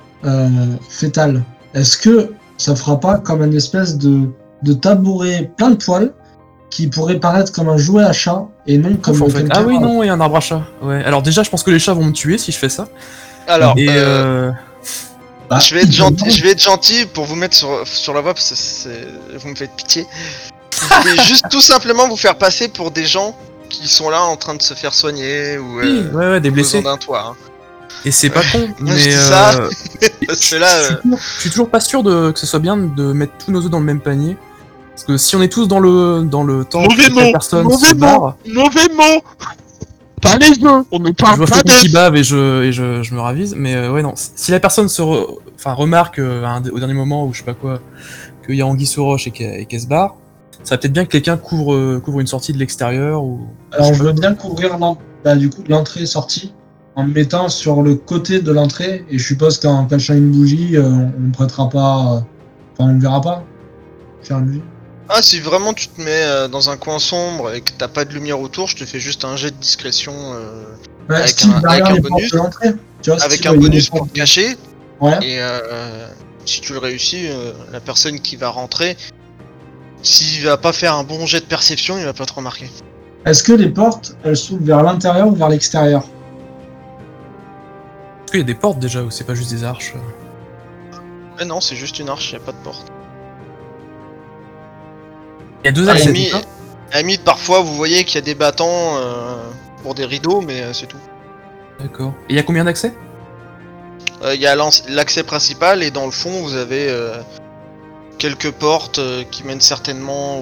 fétale? Est-ce que ça fera pas comme une espèce de tabouret plein de poils qui pourrait paraître comme un jouet à chat et non comme En fait. quelqu'un- Ah oui, non, et un arbre à chat. Ouais. Alors déjà, je pense que les chats vont me tuer si je fais ça. Alors, Et Bah, je vais être il gentil, peut- je vais être gentil pour vous mettre sur la voie parce que vous me faites pitié. Vous pouvez juste tout simplement vous faire passer pour des gens qui sont là en train de se faire soigner ou oui, ouais, des besoin blessés. d'un toit. Hein. Et c'est pas con, je mais dis ça. Parce que là, je suis toujours pas sûr que ce soit bien de mettre tous nos œufs dans le même panier. Parce que si on est tous dans le temps Mauvais que mot, personne mauvais se mot. barre, Mauvais mot. Pas les œufs, on ne je parle vois pas Flocon qui d'œufs. bave et je me ravise. Mais ouais, non. Si la personne remarque au dernier moment ou je sais pas quoi qu'il y a anguille sous roche et qu'elle se barre, ça va peut-être bien que quelqu'un couvre une sortie de l'extérieur ou. Alors, je veux bien couvrir du coup, l'entrée-sortie en me mettant sur le côté de l'entrée et je suppose qu'en cachant une bougie, on ne prêtera pas. Enfin, on ne verra pas. Faire une bougie. ah, si vraiment tu te mets dans un coin sombre et que t'as pas de lumière autour, je te fais juste un jet de discrétion Ouais, Avec style un- derrière avec un les portes bonus. de l'entrée. Tu vois, avec style, un il y a bonus des pour portes- te cacher. Ouais. Et si tu le réussis, la personne qui va rentrer, s'il va pas faire un bon jet de perception, il va pas te remarquer. Est-ce que les portes, elles s'ouvrent vers l'intérieur ou vers l'extérieur? Est-ce qu'il y a des portes déjà ou c'est pas juste des arches? Mais non, c'est juste une arche, y a pas de porte. Il y a deux À la accès. limite- c'est ça à la limite, parfois, vous voyez qu'il y a des battants pour des rideaux, mais c'est tout. D'accord. Et il y a combien d'accès? Il y a l'accès principal, et dans le fond, vous avez quelques portes qui mènent certainement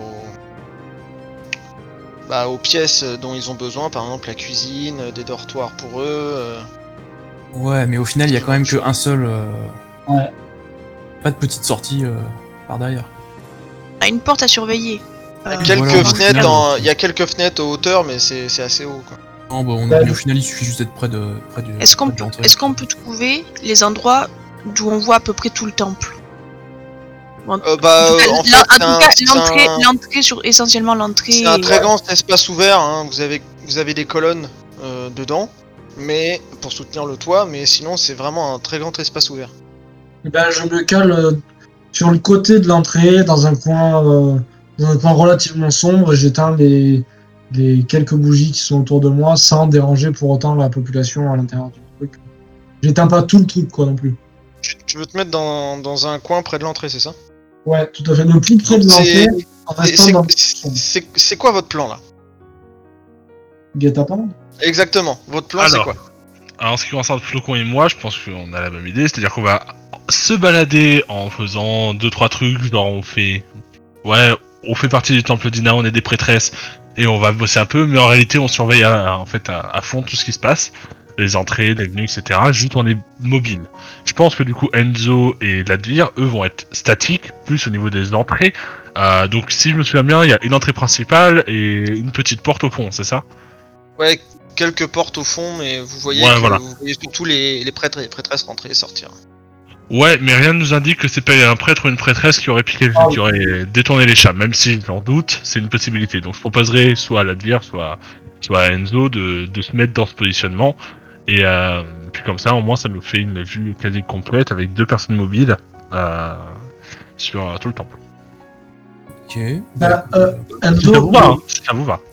aux pièces dont ils ont besoin, par exemple la cuisine, des dortoirs pour eux. Ouais, mais au final, il y a quand même qu'un seul. Ouais. Pas de petite sortie par derrière. On a une porte à surveiller. Il y a Voilà, quelques au fenêtres, final, il y a quelques fenêtres en hauteur, mais c'est assez haut, quoi. Non, bah, Ouais. au final, il suffit juste d'être près du. Est-ce qu'on près de l'entrée. est-ce qu'on peut trouver les endroits d'où on voit à peu près tout le temple? En tout En fait, l'entrée sur essentiellement l'entrée. c'est un très grand espace ouvert, hein. Vous avez des colonnes dedans, mais pour soutenir le toit, mais sinon c'est vraiment un très grand espace ouvert. Ben, je me cale sur le côté de l'entrée, dans un coin relativement sombre, et j'éteins les quelques bougies qui sont autour de moi sans déranger pour autant la population à l'intérieur du truc. J'éteins pas tout le truc, quoi, non plus. Tu veux te mettre dans un coin près de l'entrée, c'est ça? Ouais, tout à fait. Le plus près de C'est- l'entrée, en restant dans le C'est quoi votre plan là? guet-apens. Exactement, votre plan c'est Alors. quoi? Alors, en ce qui concerne Flocon et moi, je pense qu'on a la même idée, c'est-à-dire qu'on va se balader en faisant 2-3 trucs, genre on fait partie du temple d'Ina, on est des prêtresses, et on va bosser un peu, mais en réalité on surveille à fond tout ce qui se passe, les entrées, les venues, etc. Juste on est mobile. Je pense que du coup Enzo et Ladvir, eux, vont être statiques, plus au niveau des entrées. Donc si je me souviens bien, il y a une entrée principale et une petite porte au fond, c'est ça? Ouais, quelques portes au fond, mais vous voyez, vous voyez surtout les prêtres et les prêtresses rentrer et sortir. Ouais, mais rien ne nous indique que c'est pas un prêtre ou une prêtresse qui aurait piqué, qui aurait détourné les chats, même si j'en doute, c'est une possibilité. Donc je proposerais soit à Ladvir, soit à Enzo de se mettre dans ce positionnement. Et puis comme ça, au moins, ça nous fait une vue quasi complète avec 2 personnes mobiles sur tout le temple. Ok. Bah, Si Enzo, ça vous va, hein, si ça vous va.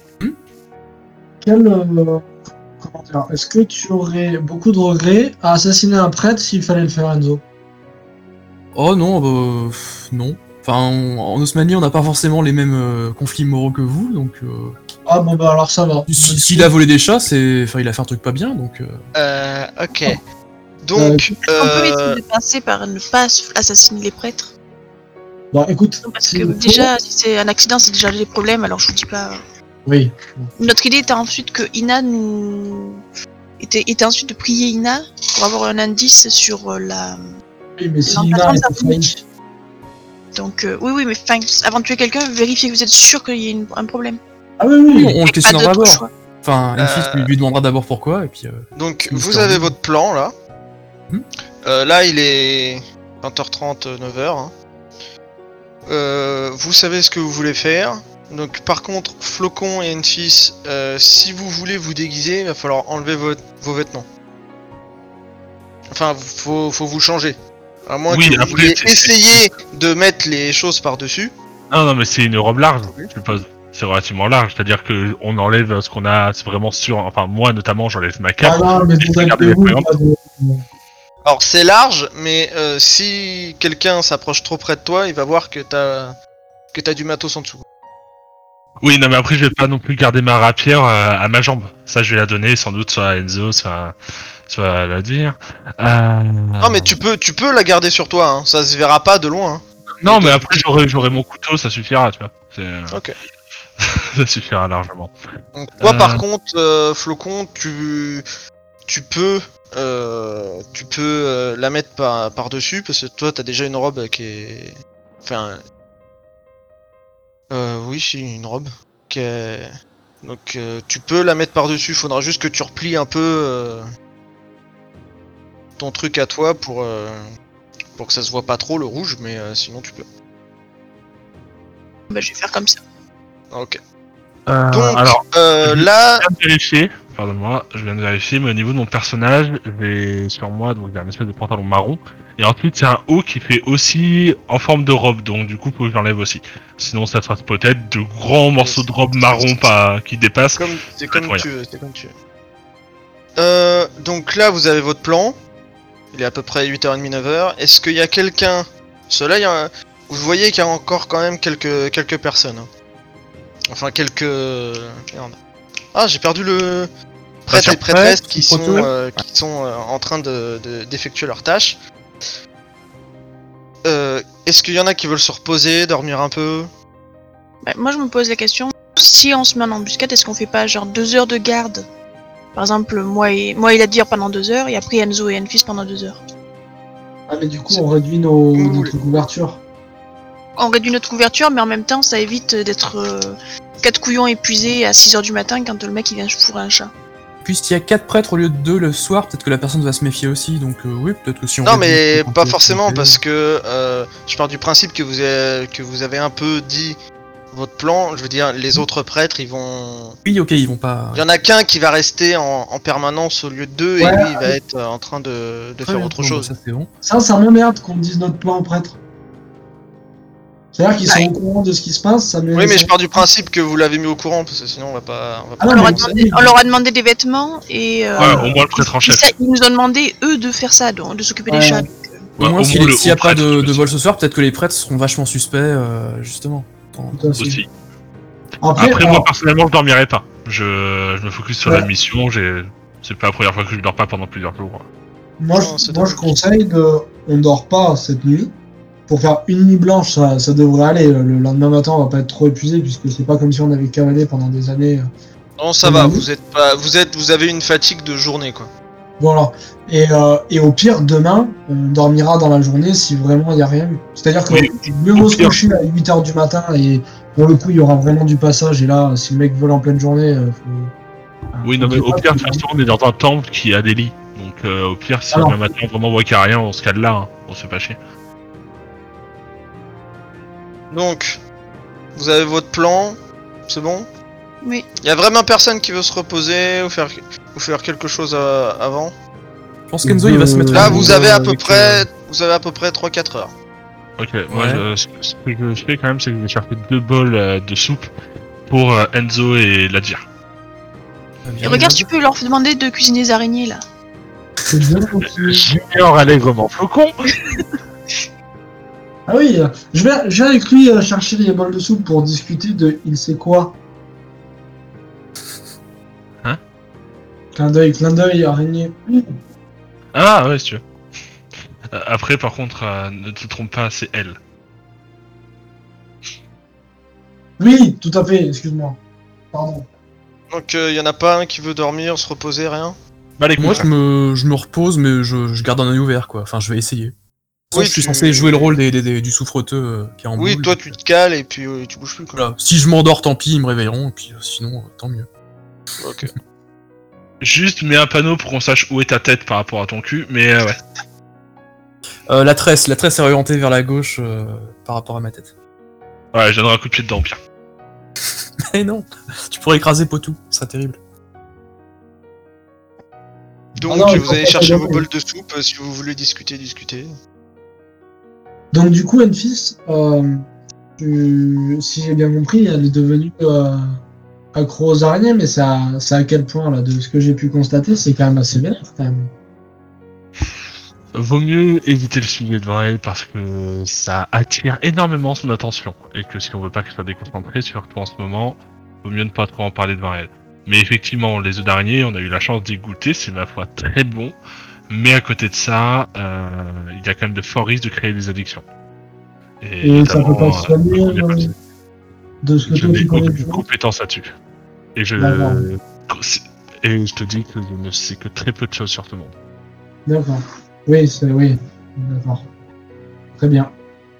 comment dire, est-ce que tu aurais beaucoup de regrets à assassiner un prêtre s'il fallait le faire, Enzo? Oh non, non. Enfin, en Osmanie, on n'a pas forcément les mêmes conflits moraux que vous, donc. Ah bon bah alors ça va. S'il a volé des chats, enfin, il a fait un truc pas bien, donc. Ok. Donc, On peut essayer de passer par ne pas assassiner les prêtres. Bon écoute, Parce s'il que le faut- déjà, si c'est un accident, c'est déjà des problèmes, alors je vous dis pas. Oui. Notre idée était ensuite que Ina était ensuite de prier Ina pour avoir un indice sur la. Oui, mais si l'emplacement Ina de sa était famille. faillie. Donc oui, mais enfin, avant de tuer quelqu'un, vérifiez que vous êtes sûr qu'il y a un problème. Ah oui, oui. On le Et pas questionnera d'autre d'abord. choix. Enfin, Enfys lui demandera d'abord pourquoi, et puis. donc c'est vous Mister avez Bean. votre plan là. Hmm. Là, il est 20h30, 9h. Hein. Vous savez ce que vous voulez faire. Donc, par contre, Flocon et Enfys, si vous voulez vous déguiser, il va falloir enlever vos vêtements. Enfin, faut vous changer. À moins Oui, que vous après, vouliez c'est- essayer de mettre les choses par-dessus. Non, mais c'est une robe large, je suppose. C'est relativement large, c'est-à-dire que on enlève ce qu'on a, c'est vraiment sûr. Enfin, moi notamment, j'enlève ma Ah cape. non, mais et je regarde les désolé, voyants. pas de... Alors, c'est large, mais si quelqu'un s'approche trop près de toi, il va voir que t'as du matos en dessous. Oui, non, mais après, je vais pas non plus garder ma rapière à ma jambe. Ça, je vais la donner sans doute soit à Enzo, soit à Ladvir. Non, mais tu peux la garder sur toi, hein. Ça se verra pas de loin. Hein. Non, mais après, j'aurai mon couteau, ça suffira, tu vois. Ok. Ça suffira largement. Donc, toi, par contre, Flocon, tu peux la mettre par-dessus, parce que toi, t'as déjà une robe qui est... Enfin... oui, si, une robe. Qui est... Donc, tu peux la mettre par-dessus, faudra juste que tu replies un peu ton truc à toi pour que ça se voit pas trop, le rouge, mais sinon tu peux. Bah, je vais faire comme ça. Ok. Donc, alors, là... je viens de vérifier, pardonne-moi, je viens de vérifier, mais au niveau de mon personnage, j'ai sur moi donc j'ai un espèce de pantalon marron, et ensuite c'est un haut qui fait aussi en forme de robe, donc du coup faut que j'enlève aussi. Sinon ça sera peut-être de grands morceaux de robe marron qui dépassent. C'est comme tu veux, c'est comme tu veux. Donc là, vous avez votre plan. Il est à peu près 8h30, 9h. Est-ce qu'il y a quelqu'un... Cela, vous voyez qu'il y a encore quand même quelques personnes. Hein. Enfin, quelques... Merde. Ah, j'ai perdu le... Prêtre et prêtresses qui sont en train d'effectuer leurs tâches. Est-ce qu'il y en a qui veulent se reposer, dormir un peu? Bah, moi, je me pose la question, si on se met en embuscade, est-ce qu'on fait pas genre 2 heures de garde? Par exemple, moi et Ladir pendant 2 heures, et après Enzo et Enfis pendant 2 heures. Ah, mais du coup, on réduit notre couverture. On réduit notre couverture, mais en même temps, ça évite d'être 4 couillons épuisés à 6 heures du matin quand le mec il vient fourrer un chat. Puis s'il y a 4 prêtres au lieu de 2 le soir, peut-être que la personne va se méfier aussi, donc oui, peut-être que si on... Non, mais pas forcément, parce que je pars du principe que vous avez un peu dit votre plan. Je veux dire, les autres prêtres, ils vont... Oui, ok, ils vont pas... Il y en a qu'un qui va rester en permanence au lieu de 2, Ouais, et lui, il va être en train de faire autre chose. Ça, c'est bon. Ça m'emmerde qu'on dise notre plan aux prêtres. C'est-à-dire qu'ils sont au courant de ce qui se passe, ça me... Oui, mais je pars du principe que vous l'avez mis au courant, parce que sinon on va pas... Ah non, On leur a demandé des vêtements, et Ouais, au moins le prêtre en chef. ils nous ont demandé, eux, de faire ça, de s'occuper des Ouais. chats. Au moins, s'il n'y a pas prêtre, de vol ce soir, peut-être que les prêtres seront vachement suspects, justement. Aussi. Après, Moi personnellement je dormirai pas. Je me focus sur la mission, c'est pas la première fois que je dors pas pendant plusieurs jours. moi, je conseille on dort pas cette nuit. Pour faire une nuit blanche, ça devrait aller. Le lendemain matin, on va pas être trop épuisé, puisque c'est pas comme si on avait cavalé pendant des années. Non, ça va, vous avez une fatigue de journée, quoi. Voilà. Et au pire, demain, on dormira dans la journée si vraiment il y a rien eu. C'est-à-dire que mieux vaut se coucher à 8h du matin, et pour le coup, il y aura vraiment du passage, et là, si le mec vole en pleine journée, Oui, non, mais au pire, de toute façon, on est dans un temple qui a des lits. Donc, au pire, si demain matin, vraiment, on voit qu'il n'y a rien, on se cale là, hein. On se fait pas chier. Donc, vous avez votre plan, c'est bon? Oui. Il y a vraiment personne qui veut se reposer ou faire quelque chose avant? Je pense qu'Enzo, il va se mettre... Là, vous avez à peu près 3-4 heures. Ok, moi, ce que je fais quand même, c'est que je vais chercher 2 bols de soupe pour Enzo et Ladir. Et regarde, tu peux leur demander de cuisiner des araignées, là. c'est bien continué. Junior allègrement flocon. Ah oui, je vais avec lui chercher les bols de soupe pour discuter de il sait quoi. Hein? Clin d'œil, araignée. Ah ouais, si tu veux. Après, par contre, ne te trompe pas, c'est elle. Oui, tout à fait, excuse-moi. Pardon. Donc, il y en a pas un qui veut dormir, se reposer, rien? Bah, les Moi, je me repose, mais je garde un œil ouvert, quoi. Enfin, je vais essayer. Oui, Je suis censé jouer le rôle du souffreteux qui est en Oui, boule. toi tu te cales et puis tu bouges plus, quoi. Voilà. Si je m'endors, tant pis, ils me réveilleront, et puis sinon, tant mieux. Ok. Juste mets un panneau pour qu'on sache où est ta tête par rapport à ton cul, mais ouais. La tresse est orientée vers la gauche par rapport à ma tête. Ouais, je donnerai un coup de pied dedans, bien. Mais non, tu pourrais écraser Potou, ce serait terrible. Donc, non, vous allez faut chercher pas vos tomber. bols de soupe si vous voulez discuter. Donc du coup, Enfis, si j'ai bien compris, elle est devenue accro aux araignées, mais c'est à quel point, là, de ce que j'ai pu constater, c'est quand même assez vénère, quand même. Vaut mieux éviter le sujet devant elle parce que ça attire énormément son attention. Et que si on veut pas qu'elle soit déconcentrée, surtout en ce moment, vaut mieux ne pas trop en parler devant elle. Mais effectivement, les œufs d'araignée, on a eu la chance d'y goûter, c'est ma foi très bon. Mais à côté de ça, il y a quand même de forts risques de créer des addictions. Et ça peut pas se soigner de ce que je toi n'ai tu connais du aucune coup. compétence là-dessus. Et je te dis que je ne sais que très peu de choses sur ce monde. D'accord. Oui. D'accord. Très bien.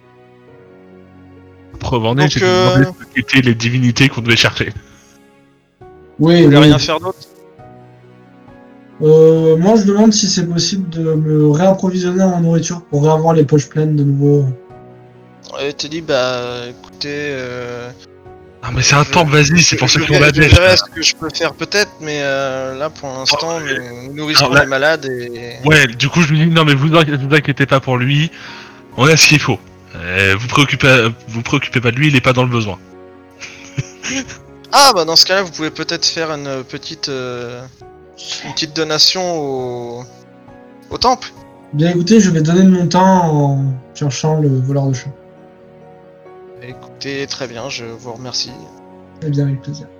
Preuve en est, Donc, j'ai demandé ce qu'étaient les divinités qu'on devait chercher. Oui, Vous voulez oui. rien faire d'autre? Moi, je demande si c'est possible de me réapprovisionner en nourriture pour réavoir les poches pleines de nouveau. Et te dis, bah écoutez, Non mais c'est un temple, vas-y, c'est pour ceux qui ont la je dèche. verrai ce que je peux faire peut-être, mais là pour l'instant, nous nourrissons alors là- les malades et... Ouais, du coup je lui dis non mais vous inquiétez pas pour lui, on a ce qu'il faut. Vous préoccupez pas de lui, il est pas dans le besoin. Ah bah dans ce cas-là, vous pouvez peut-être faire une petite donation au temple. Bien écoutez, je vais donner de mon temps en cherchant le voleur de chat. Écoutez, très bien, je vous remercie. Eh bien, avec plaisir.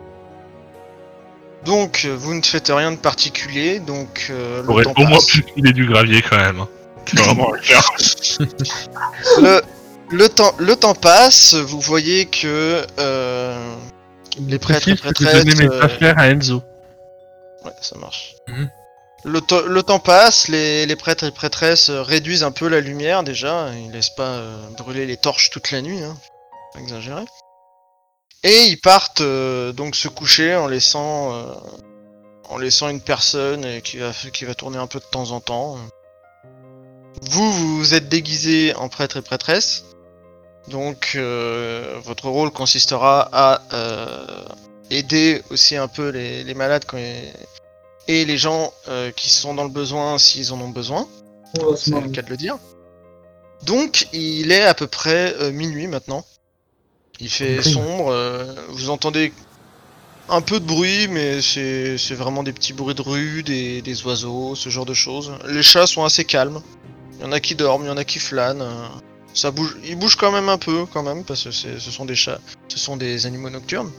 Donc, vous ne faites rien de particulier, donc le J'aurais temps au moins passe. pu filer du gravier quand même. Hein. C'est vraiment le cas. Le temps passe, vous voyez que les prêtres et Je peux te prêtresses... donner mes affaires à Enzo. Ouais, ça marche. Mhm. Le temps passe, les prêtres et prêtresses réduisent un peu la lumière déjà, ils laissent pas brûler les torches toute la nuit, hein. Pas exagérer. Et ils partent donc se coucher en laissant une personne qui va tourner un peu de temps en temps. Vous êtes déguisé en prêtre et prêtresse, donc votre rôle consistera à aider aussi un peu les malades et les gens qui sont dans le besoin s'ils en ont besoin. On va se C'est le marrer. cas de le dire. Donc il est à peu près minuit maintenant. Il fait Crime. sombre, vous entendez un peu de bruit, mais c'est vraiment des petits bruits de rue, des oiseaux, ce genre de choses. Les chats sont assez calmes. Il y en a qui dorment, il y en a qui flânent. Ça bouge, ils bougent quand même un peu, quand même, parce que ce sont des chats, ce sont des animaux nocturnes.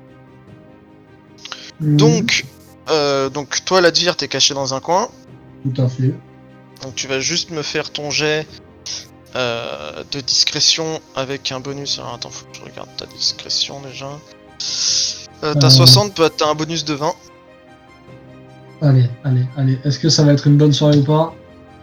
Donc toi, Ladvir, t'es caché dans un coin. Tout à fait. Donc tu vas juste me faire ton jet de discrétion avec un bonus. Alors attends, faut que je regarde ta discrétion déjà. T'as 60, bah, t'as un bonus de 20. Allez. Est-ce que ça va être une bonne soirée ou pas?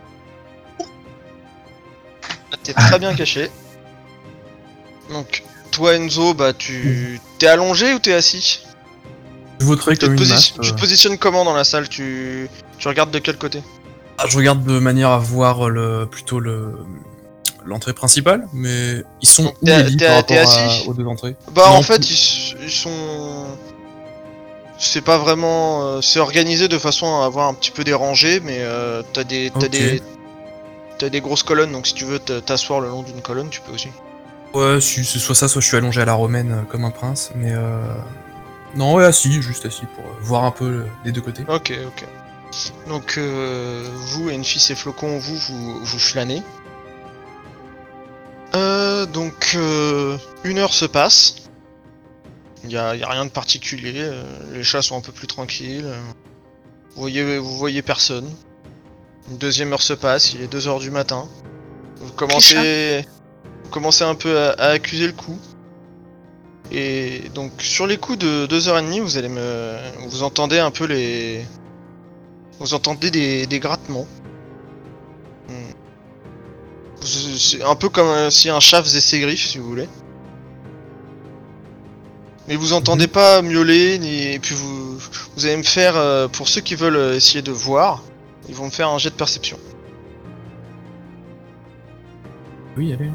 T'es très bien caché. Donc toi, Enzo, bah t'es allongé ou t'es assis? Je voterai comme une masse. Tu te positionnes comment dans la salle? Tu regardes de quel côté? Je regarde de manière à voir plutôt l'entrée principale, mais ils sont Donc, où les lits par t'es rapport assis aux deux entrées? Bah Non, en fait ils sont... C'est pas vraiment... c'est organisé de façon à avoir un petit peu des rangées, mais t'as des grosses colonnes, donc si tu veux t'asseoir le long d'une colonne, tu peux aussi. Ouais, si c'est soit ça, soit je suis allongé à la romaine comme un prince, mais non, ouais, assis, juste assis pour voir un peu des deux côtés. Ok. Donc vous, Enfis et Flocon, vous flânez. Donc 1 heure se passe. Y a rien de particulier. Les chats sont un peu plus tranquilles. Vous voyez personne. Une 2e heure se passe. Il est 2 heures du matin. Vous commencez un peu à accuser le coup. Et donc sur les coups de 2h30, vous entendez un peu vous entendez des grattements. C'est un peu comme si un chat faisait ses griffes, si vous voulez. Mais vous entendez pas miauler, et puis vous allez me faire, pour ceux qui veulent essayer de voir, ils vont me faire un jet de perception. Oui, allez.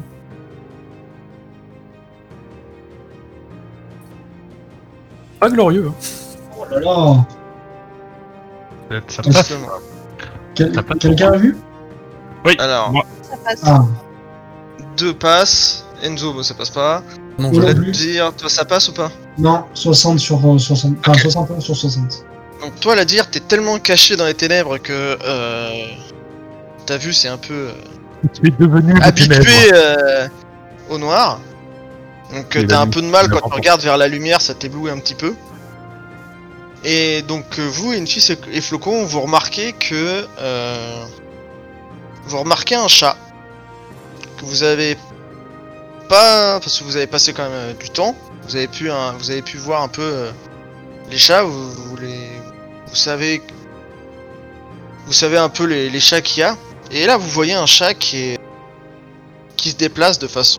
Pas glorieux, hein. Oh là là. Ça passe. Justement. T'as pas de Quelqu'un a vu? Oui, Alors, moi. Ça passe. Ah, 2 passes. Enzo, bah, ça passe pas. Non, Oui. je- Red plus. dire, toi ça passe ou pas? non, 60 sur 60. Enfin, 61 sur 60. Donc toi, la dire, t'es tellement caché dans les ténèbres que ta vue c'est un peu Tu es devenu le habitué ténèbre. au noir. Donc Et t'as la un peu de mal nuit, quand tu n'importe. regardes vers la lumière, ça t'éblouit un petit peu. Et donc vous, Enfis et Flocon, vous remarquez que vous remarquez un chat que vous avez pas, parce que vous avez passé quand même du temps. Vous avez pu voir un peu les chats. Vous savez un peu les chats qu'il y a. Et là, vous voyez un chat qui se déplace de façon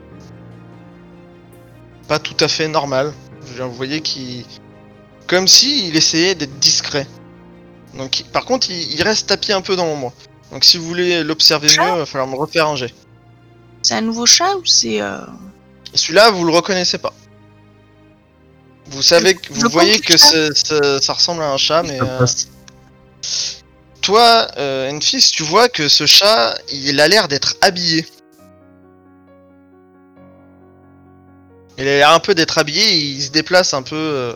pas tout à fait normale. Vous voyez comme si il essayait d'être discret. Donc, par contre, il reste tapis un peu dans l'ombre. Donc, si vous voulez l'observer mieux, il va falloir me refaire un jet. C'est un nouveau chat ou c'est... Celui-là, vous le reconnaissez pas. Vous voyez que ça ressemble à un chat, mais toi, Enfis, tu vois que ce chat, il a l'air d'être habillé. Il a l'air un peu d'être habillé, et il se déplace un peu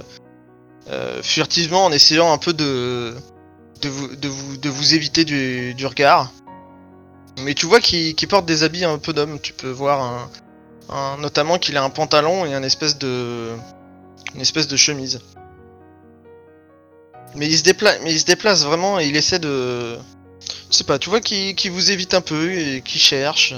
furtivement en essayant un peu de vous éviter du regard. Mais tu vois qu'il porte des habits un peu d'homme. Tu peux voir notamment qu'il a un pantalon et une espèce de chemise. Mais il se déplace vraiment et il essaie de... Je sais pas, tu vois qu'il vous évite un peu et qu'il cherche.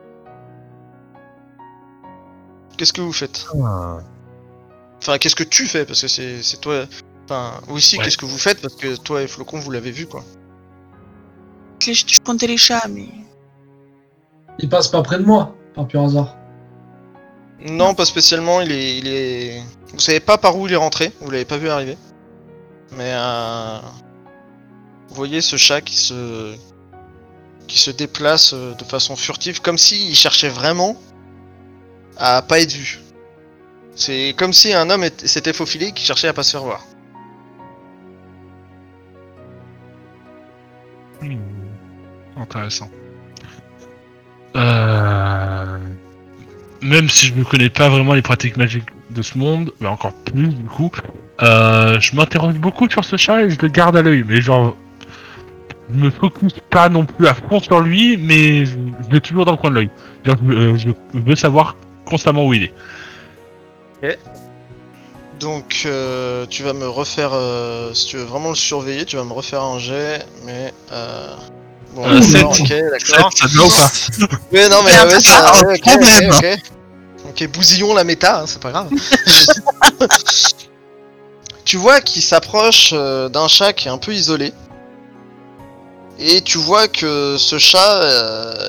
Qu'est-ce que vous faites? Enfin, qu'est-ce que tu fais? Parce que c'est toi... Enfin, aussi, Ouais. qu'est-ce que vous faites? Parce que toi et Flocon, vous l'avez vu, quoi. Je comptais les chats, mais. Il passe pas près de moi, par pur hasard. Non, pas spécialement, il est... Vous savez pas par où il est rentré, vous l'avez pas vu arriver. Mais vous voyez ce chat qui se déplace de façon furtive, comme s'il cherchait vraiment à pas être vu. C'est comme si un homme s'était faufilé qui cherchait à pas se faire voir. Intéressant. Même si je ne connais pas vraiment les pratiques magiques de ce monde, mais encore plus du coup, je m'interroge beaucoup sur ce chat et je le garde à l'œil. Mais genre, je me focus pas non plus à fond sur lui, mais je l'ai toujours dans le coin de l'œil. Genre, je veux savoir constamment où il est. Donc tu vas me refaire, si tu veux vraiment le surveiller, tu vas me refaire un jet, mais bon, d'accord, ok, d'accord. Ça te va ou pas? Ouais, non, mais Mais ouais, ça, un ouais, ok, problème. ok. Ok, bousillons la méta, hein, c'est pas grave. Tu vois qu'il s'approche d'un chat qui est un peu isolé. Et tu vois que ce chat,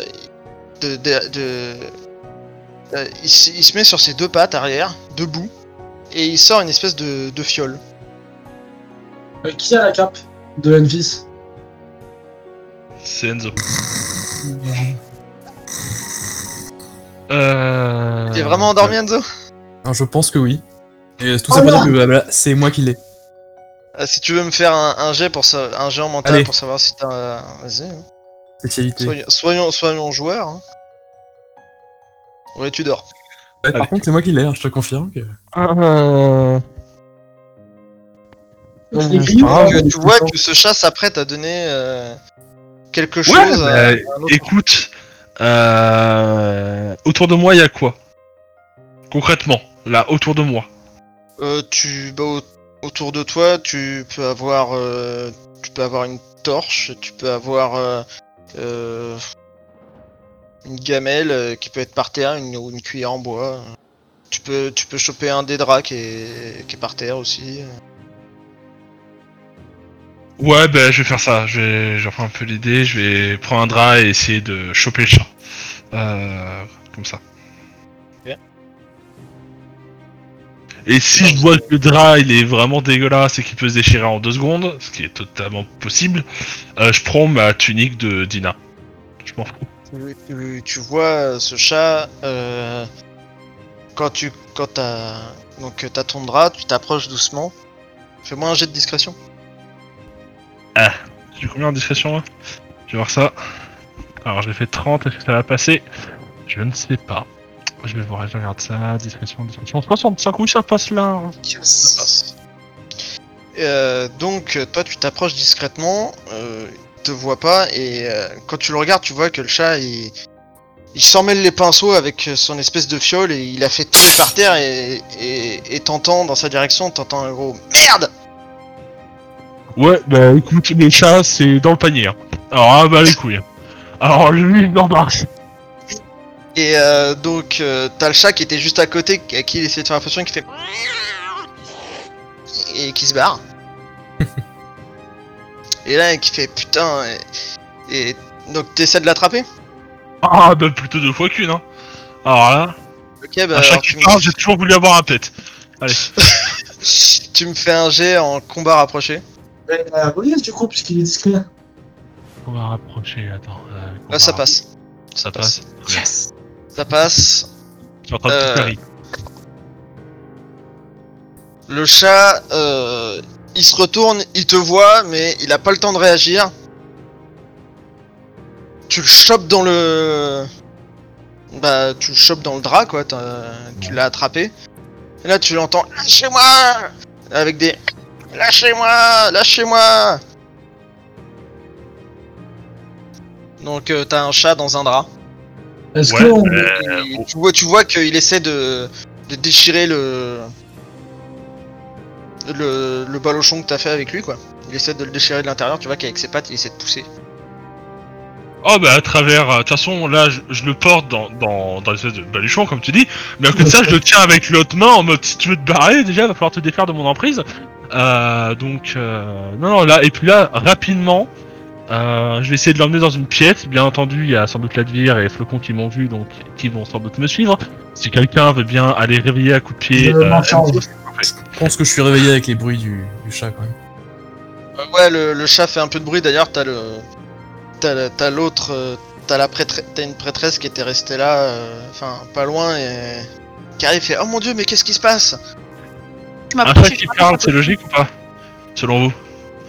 il se met sur ses deux pattes arrière, debout, et il sort une espèce de fiole. Qui a la cape de Enfis? C'est Enzo. T'es vraiment endormi, Enzo? Alors, je pense que oui. Et tout Oh ça pour non dire que blabla, c'est moi qui l'ai. Si tu veux me faire un jet pour ça, un jet en mental Allez. pour savoir si t'as... Vas-y, hein. Spécialité. Soyons joueurs. Hein. Ouais, tu dors. Ouais, par contre, c'est moi qui l'ai, hein, je te confirme que. Je l'écris ou Ah, pas? Tu vois que ce chat s'apprête à donner quelque Ouais, chose à bah, un autre. écoute, autour de moi, il y a quoi? Concrètement, là, autour de moi. Autour de toi, tu peux avoir une torche, tu peux avoir une gamelle qui peut être par terre, ou une cuillère en bois. Tu peux choper un des draps qui est par terre aussi. Ouais, bah, je vais faire ça. Je reprends un peu l'idée. Je vais prendre un drap et essayer de choper le chat. Comme ça. Ok. Et si je vois que le drap il est vraiment dégueulasse et qu'il peut se déchirer en 2 secondes, ce qui est totalement possible, je prends ma tunique de Dina. Je m'en fous. Tu vois ce chat quand t'as ton drap, tu t'approches doucement. Fais-moi un jet de discrétion. J'ai combien en discrétion là? Je vais voir ça. Alors je l'ai fait 30, est-ce que ça va passer? Je ne sais pas. Je vais voir, je regarde ça, discrétion. 65, oui ça passe là. Ça passe. Donc toi tu t'approches discrètement, il te voit pas et quand tu le regardes tu vois que le chat il s'en mêle les pinceaux avec son espèce de fiole et il a fait tomber par terre et t'entends dans sa direction, t'entends un gros MERDE! Ouais, bah écoute, le chat c'est dans le panier. Hein. Alors ah bah les couilles. Alors lui il embarque. Et donc t'as le chat qui était juste à côté, à qui il essayait de faire impression, qui fait et qui se barre. Et là qui fait putain et donc t'essaies de l'attraper? Ah bah plutôt 2 fois qu'une hein. Alors là, Ok bah à alors, chaque fois j'ai toujours voulu avoir un pet. Allez. tu me fais un jet en combat rapproché. Oui, du coup, puisqu'il est discret. On va rapprocher, attends. Là ça passe. Ça passe. Yes. Ça passe. Je suis en train de tout faire. Le chat, il se retourne, il te voit, mais il a pas le temps de réagir. Tu le chopes dans le... Bah, tu le chopes dans le drap, quoi. Tu l'as attrapé. Et là, tu l'entends « Lâchez-moi !» avec des « Lâchez-moi ! Lâchez-moi !» Donc t'as un chat dans un drap. Est-ce Ouais, que Et tu vois qu'il essaie de déchirer le balochon que t'as fait avec lui, quoi. Il essaie de le déchirer de l'intérieur, tu vois qu'avec ses pattes il essaie de pousser. Oh bah à travers, de toute façon là je le porte dans l'espèce de baluchon comme tu dis, mais à côté de ça je le tiens avec l'autre main en mode si tu veux te barrer déjà va falloir te défaire de mon emprise. Non là et puis là rapidement je vais essayer de l'emmener dans une pièce, bien entendu il y a sans doute Ladvir et Flocon qui m'ont vu donc qui vont sans doute me suivre. Si quelqu'un veut bien aller réveiller à coups de pied, Je m'en charge. Enzo, Je pense que je suis réveillé avec les bruits du chat quand même. Ouais, le chat fait un peu de bruit. D'ailleurs, t'as l'autre, t'as une prêtresse qui était restée là, enfin pas loin et qui arrive et fait oh mon dieu mais qu'est-ce qui se passe? Tu un m'approches chat qui parle c'est logique ou pas selon vous?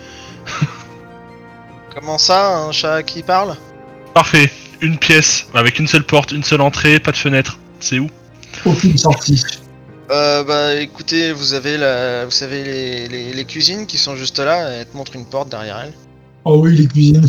Comment ça, un chat qui parle? Parfait, une pièce avec une seule porte, une seule entrée, pas de fenêtre, c'est où? aucune sortie. Bah écoutez, vous savez les cuisines qui sont juste là, et elle te montre une porte derrière elle. Oh oui, les cuisines.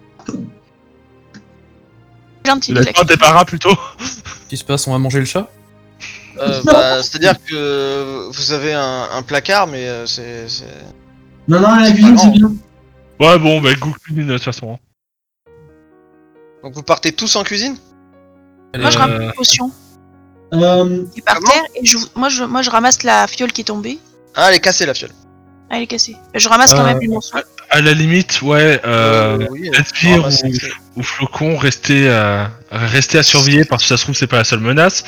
gentil. Il a pas un débarras plutôt? Qu'est-ce qui se passe? On va manger le chat? C'est-à-dire que vous avez un placard, mais c'est... Non, la cuisine, c'est bien. Ouais bon bah goût cuisine de toute façon. Donc vous partez tous en cuisine? Moi je ramasse une potion qui est par Comment terre et moi je ramasse la fiole qui est tombée. Ah, elle est cassée la fiole. Ah, elle est cassée. Je ramasse quand même les morceaux. À la limite, ouais, Oui, Ladvir ramasse- ou Flocon, restez à surveiller parce que ça se trouve c'est pas la seule menace.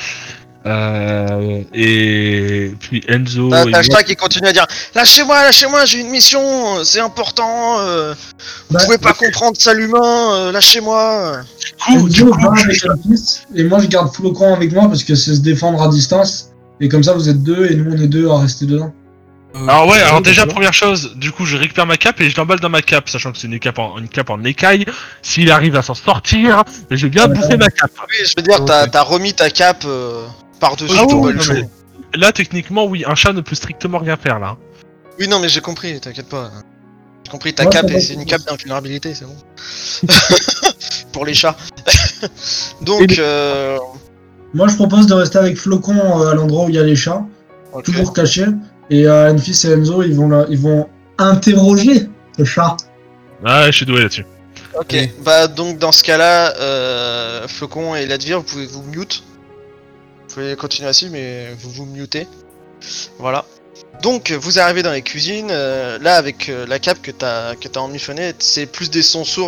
Et puis Enzo. T'as et le chat qui continue à dire lâchez-moi, j'ai une mission, c'est important, vous Bah, pouvez pas comprendre ça l'humain, lâchez-moi. du Enzo coup, va avec un fils, et moi je garde Flocon avec moi parce que c'est se défendre à distance. Et comme ça, vous êtes deux, et nous on est deux à rester dedans. alors ouais, alors déjà d'accord. première chose, du coup je récupère ma cape et je l'emballe dans ma cape, sachant que c'est une cape en écaille. S'il arrive à s'en sortir, je vais bien bouffer ma cape. Oui, je veux dire, Ok. t'as remis ta cape par-dessus Ah ton oui, baluchon. non, mais là techniquement oui, un chat ne peut strictement rien faire là. Oui, non, mais j'ai compris, t'inquiète pas. J'ai compris, ta Ouais, cape, ça va, c'est une c'est cape d'invulnérabilité, c'est bon. Pour les chats. Donc, Moi je propose de rester avec Flocon à l'endroit où il y a les chats, ok. toujours cachés. Et Enfis et Enzo, ils vont interroger le chat. Ah, je suis doué là-dessus. Ok, Oui. bah donc dans ce cas-là, Flocon et Ladvir, vous pouvez vous mute. Vous pouvez continuer ainsi, mais vous vous mutez. Voilà. Donc vous arrivez dans les cuisines, là avec la cape que t'as emmifonnée, c'est plus des sons sourds,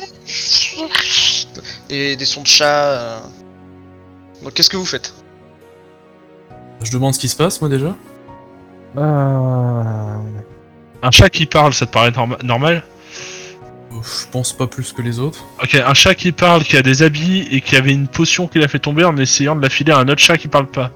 et des sons de chat. Donc qu'est-ce que vous faites? Je demande ce qui se passe moi déjà. Un chat qui parle, ça te paraît normal? Je pense pas plus que les autres. Ok, un chat qui parle, qui a des habits et qui avait une potion qu'il a fait tomber en essayant de la filer à un autre chat qui parle pas.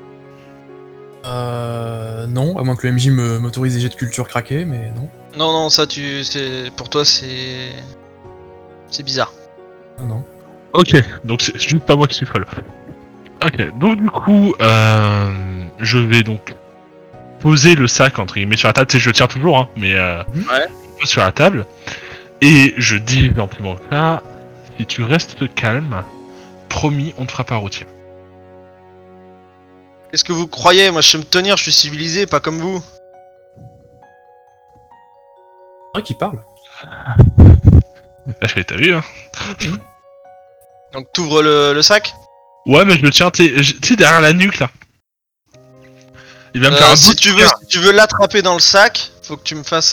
Non, à moins que le MJ m'autorise des jets de culture craqués, mais non. Non, ça pour toi c'est bizarre. Non. Ok, donc c'est juste pas moi qui suis folle. Ok, donc du coup, je vais donc poser le sac entre guillemets sur la table. Tu sais, je le tiens toujours, hein, mais Ouais. je pose sur la table et je dis gentiment ça. Si tu restes calme, promis, on te fera pas rôtir. Qu'est-ce que vous croyez? Moi je sais me tenir, je suis civilisé, pas comme vous. C'est vrai qu'il parle. Là, je fais, t'as vu, hein? Donc t'ouvres le sac. Ouais, mais je le tiens, tu sais, derrière la nuque là. Il va me faire un Si bout de cœur. tu veux l'attraper dans le sac, faut que tu me fasses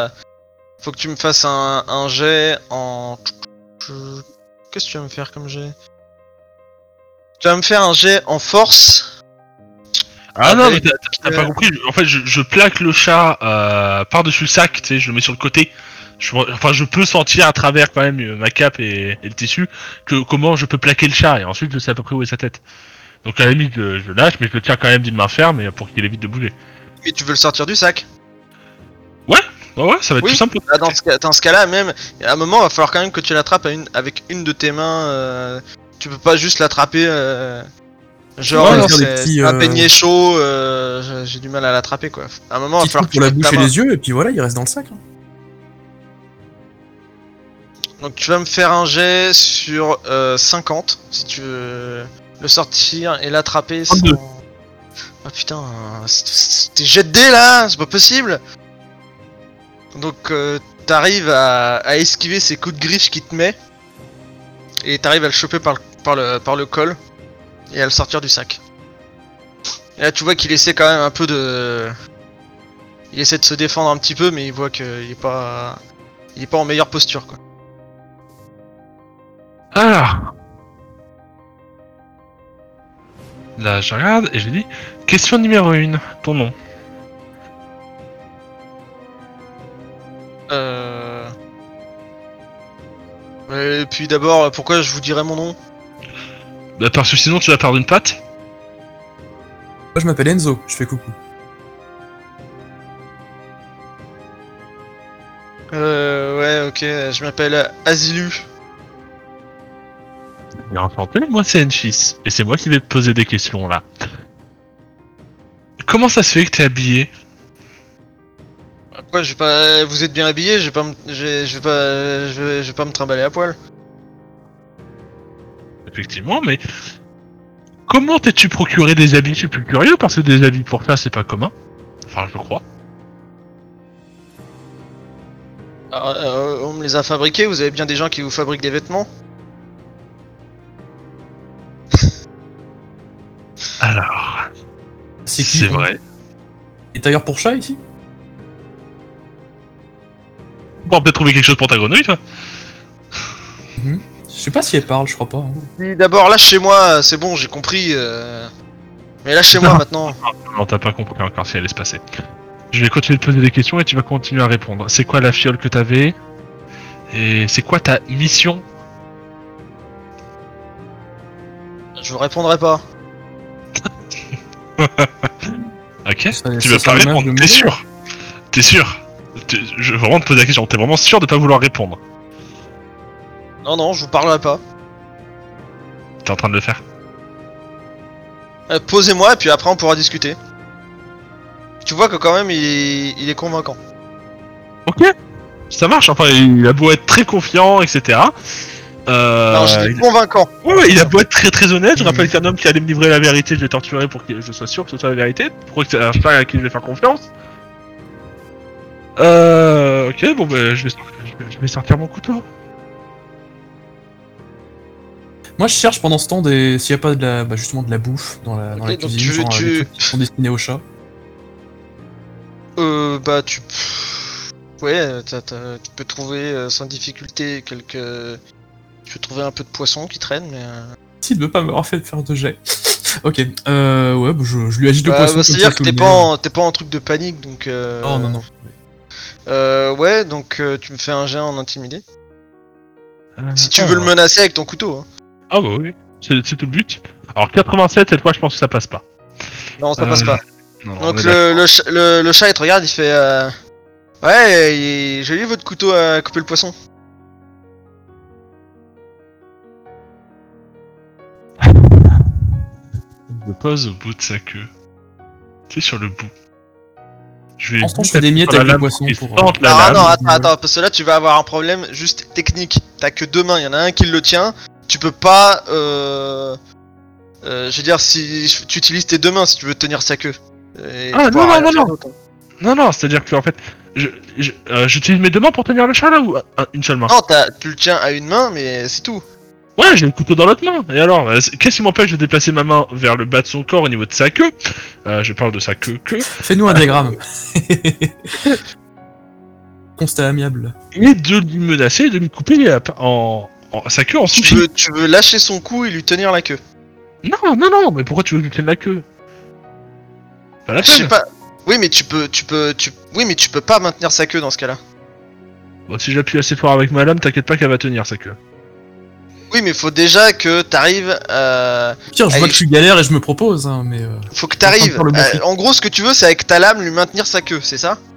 un jet en... Qu'est-ce que tu vas me faire comme jet? Tu vas me faire un jet en force. Ah non, mais Avec, t'as pas compris. En fait, je plaque le chat par-dessus le sac, tu sais, je le mets sur le côté. Je peux sentir à travers quand même ma cape et le tissu comment je peux plaquer le chat et ensuite je sais à peu près où est sa tête. Donc à la limite, je lâche, mais je le tiens quand même d'une main ferme et pour qu'il évite de bouger. Et tu veux le sortir du sac. Ouais, ça va être Oui. tout simple. Là, dans ce cas-là, même, à un moment, il va falloir quand même que tu l'attrapes avec une de tes mains. Tu peux pas juste l'attraper. Genre, Ouais, faire c'est des petits, un beignet chaud. J'ai du mal à l'attraper, quoi. À un moment, il va Petit falloir trou que tu pour la mettes bouche ta et main. les yeux, et puis voilà, il reste dans le sac. Hein. Donc tu vas me faire un jet sur 50 si tu veux le sortir et l'attraper sans... 32. Ah putain, t'es jet de dés là, c'est pas possible. Donc t'arrives à esquiver ces coups de griffe qu'il te met et t'arrives à le choper par le col et à le sortir du sac. Et là tu vois qu'il essaie quand même un peu de... Il essaie de se défendre un petit peu mais il voit qu'il est pas en meilleure posture quoi. Alors. Là, je regarde et je dis question numéro 1, ton nom. Et puis d'abord, pourquoi je vous dirais mon nom? Bah, parce que sinon tu vas perdre une patte. Moi, je m'appelle Enzo, je fais coucou. Ouais, ok, je m'appelle Azilu. Bien enchanté, moi c'est Enchis, et c'est moi qui vais te poser des questions là. Comment ça se fait que t'es habillé? Quoi, vous êtes bien habillé, je vais pas me trimballer à poil. Effectivement, mais comment t'es-tu procuré des habits? Je suis plus curieux parce que des habits pour ça c'est pas commun. Enfin, je crois. Alors, on me les a fabriqués, vous avez bien des gens qui vous fabriquent des vêtements? Alors, C'est qui c'est toi vrai. Et tailleur pour chat ici? Bon, peut-être trouver quelque chose pour ta grenouille, toi. Je sais pas si elle parle, je crois pas. hein. D'abord, lâchez-moi, c'est bon, j'ai compris. Mais lâchez-moi Non. maintenant. Non, t'as pas compris encore si elle allait se passer. Je vais continuer de poser des questions et tu vas continuer à répondre. C'est quoi la fiole que t'avais? Et c'est quoi ta mission? Je vous répondrai pas. Ok, Ça- tu ça vas sert pas à rien de répondre, me t'es demander. sûr? T'es sûr? Je veux vraiment te poser la question, t'es vraiment sûr de pas vouloir répondre? Non, je vous parlerai pas. T'es en train de le faire? Posez-moi et puis après on pourra discuter. Tu vois que quand même il est convaincant. Ok, ça marche, enfin il a beau être très confiant, etc. Non, je dis convaincant. Ouais, il a beau être très très honnête, je rappelle qu'un homme qui allait me livrer la vérité, je l'ai torturé pour que je sois sûr que ce soit la vérité. Pourquoi que c'est un frère à qui je vais faire confiance? Ok, bon bah je vais sortir mon couteau. Moi, je cherche pendant ce temps s'il y a pas de la, justement de la bouffe dans la Ok, donc cuisine, tu- genre tu- des trucs qui sont destinés aux chats. Bah tu... Ouais, tu peux trouver sans difficulté quelques... Tu peux trouver un peu de poisson qui traîne, mais... S'il ne veut pas m'avoir fait faire de jet. Ok, ouais, bah, je lui agite le Bah, poisson. comme c'est-à-dire ça, que sous le t'es pas en truc de panique, donc... nez. Oh non, non. Ouais, donc tu me fais un jet en intimidé. Si tu veux le menacer avec ton couteau, hein. Ah bah oui, c'est tout le but. Alors 87, cette fois je pense que ça passe pas. Non, ça passe pas. Non, Donc le chat il te regarde, il fait ouais, il est joli votre couteau à couper le poisson. Je me pose au bout de sa queue. Tu sais, sur le bout. Je vais En ce temps, je fais des miettes avec le poisson pour... Non, attends, parce que là tu vas avoir un problème juste technique. T'as que deux mains, il y en a un qui le tient. Tu peux pas je veux dire, si tu utilises tes deux mains si tu veux tenir sa queue. Et Ah, pouvoir non, rien non, faire non. d'autre. Non, c'est-à-dire que en fait, j'utilise mes deux mains pour tenir le chat là ou une seule main? Non, tu le tiens à une main, mais c'est tout. Ouais, j'ai le couteau dans l'autre main. Et alors, qu'est-ce qui m'empêche de déplacer ma main vers le bas de son corps au niveau de sa queue? Je parle de sa queue. Fais-nous un diagramme. Constat amiable. Et de lui menacer, de lui couper sa queue en Tu sushi. veux lâcher son cou et lui tenir la queue. Non, mais pourquoi tu veux lui tenir la queue? Pas la Je sais peine. pas. Oui, mais oui, mais tu peux pas maintenir sa queue dans ce cas-là. Bon, si j'appuie assez fort avec ma lame, t'inquiète pas qu'elle va tenir sa queue. Oui, mais faut déjà que t'arrives. Pire, je Allez, vois que je suis galère et je me propose, hein, mais... Faut que t'arrives. Faire le bon fric. En gros, ce que tu veux, c'est avec ta lame lui maintenir sa queue, c'est ça?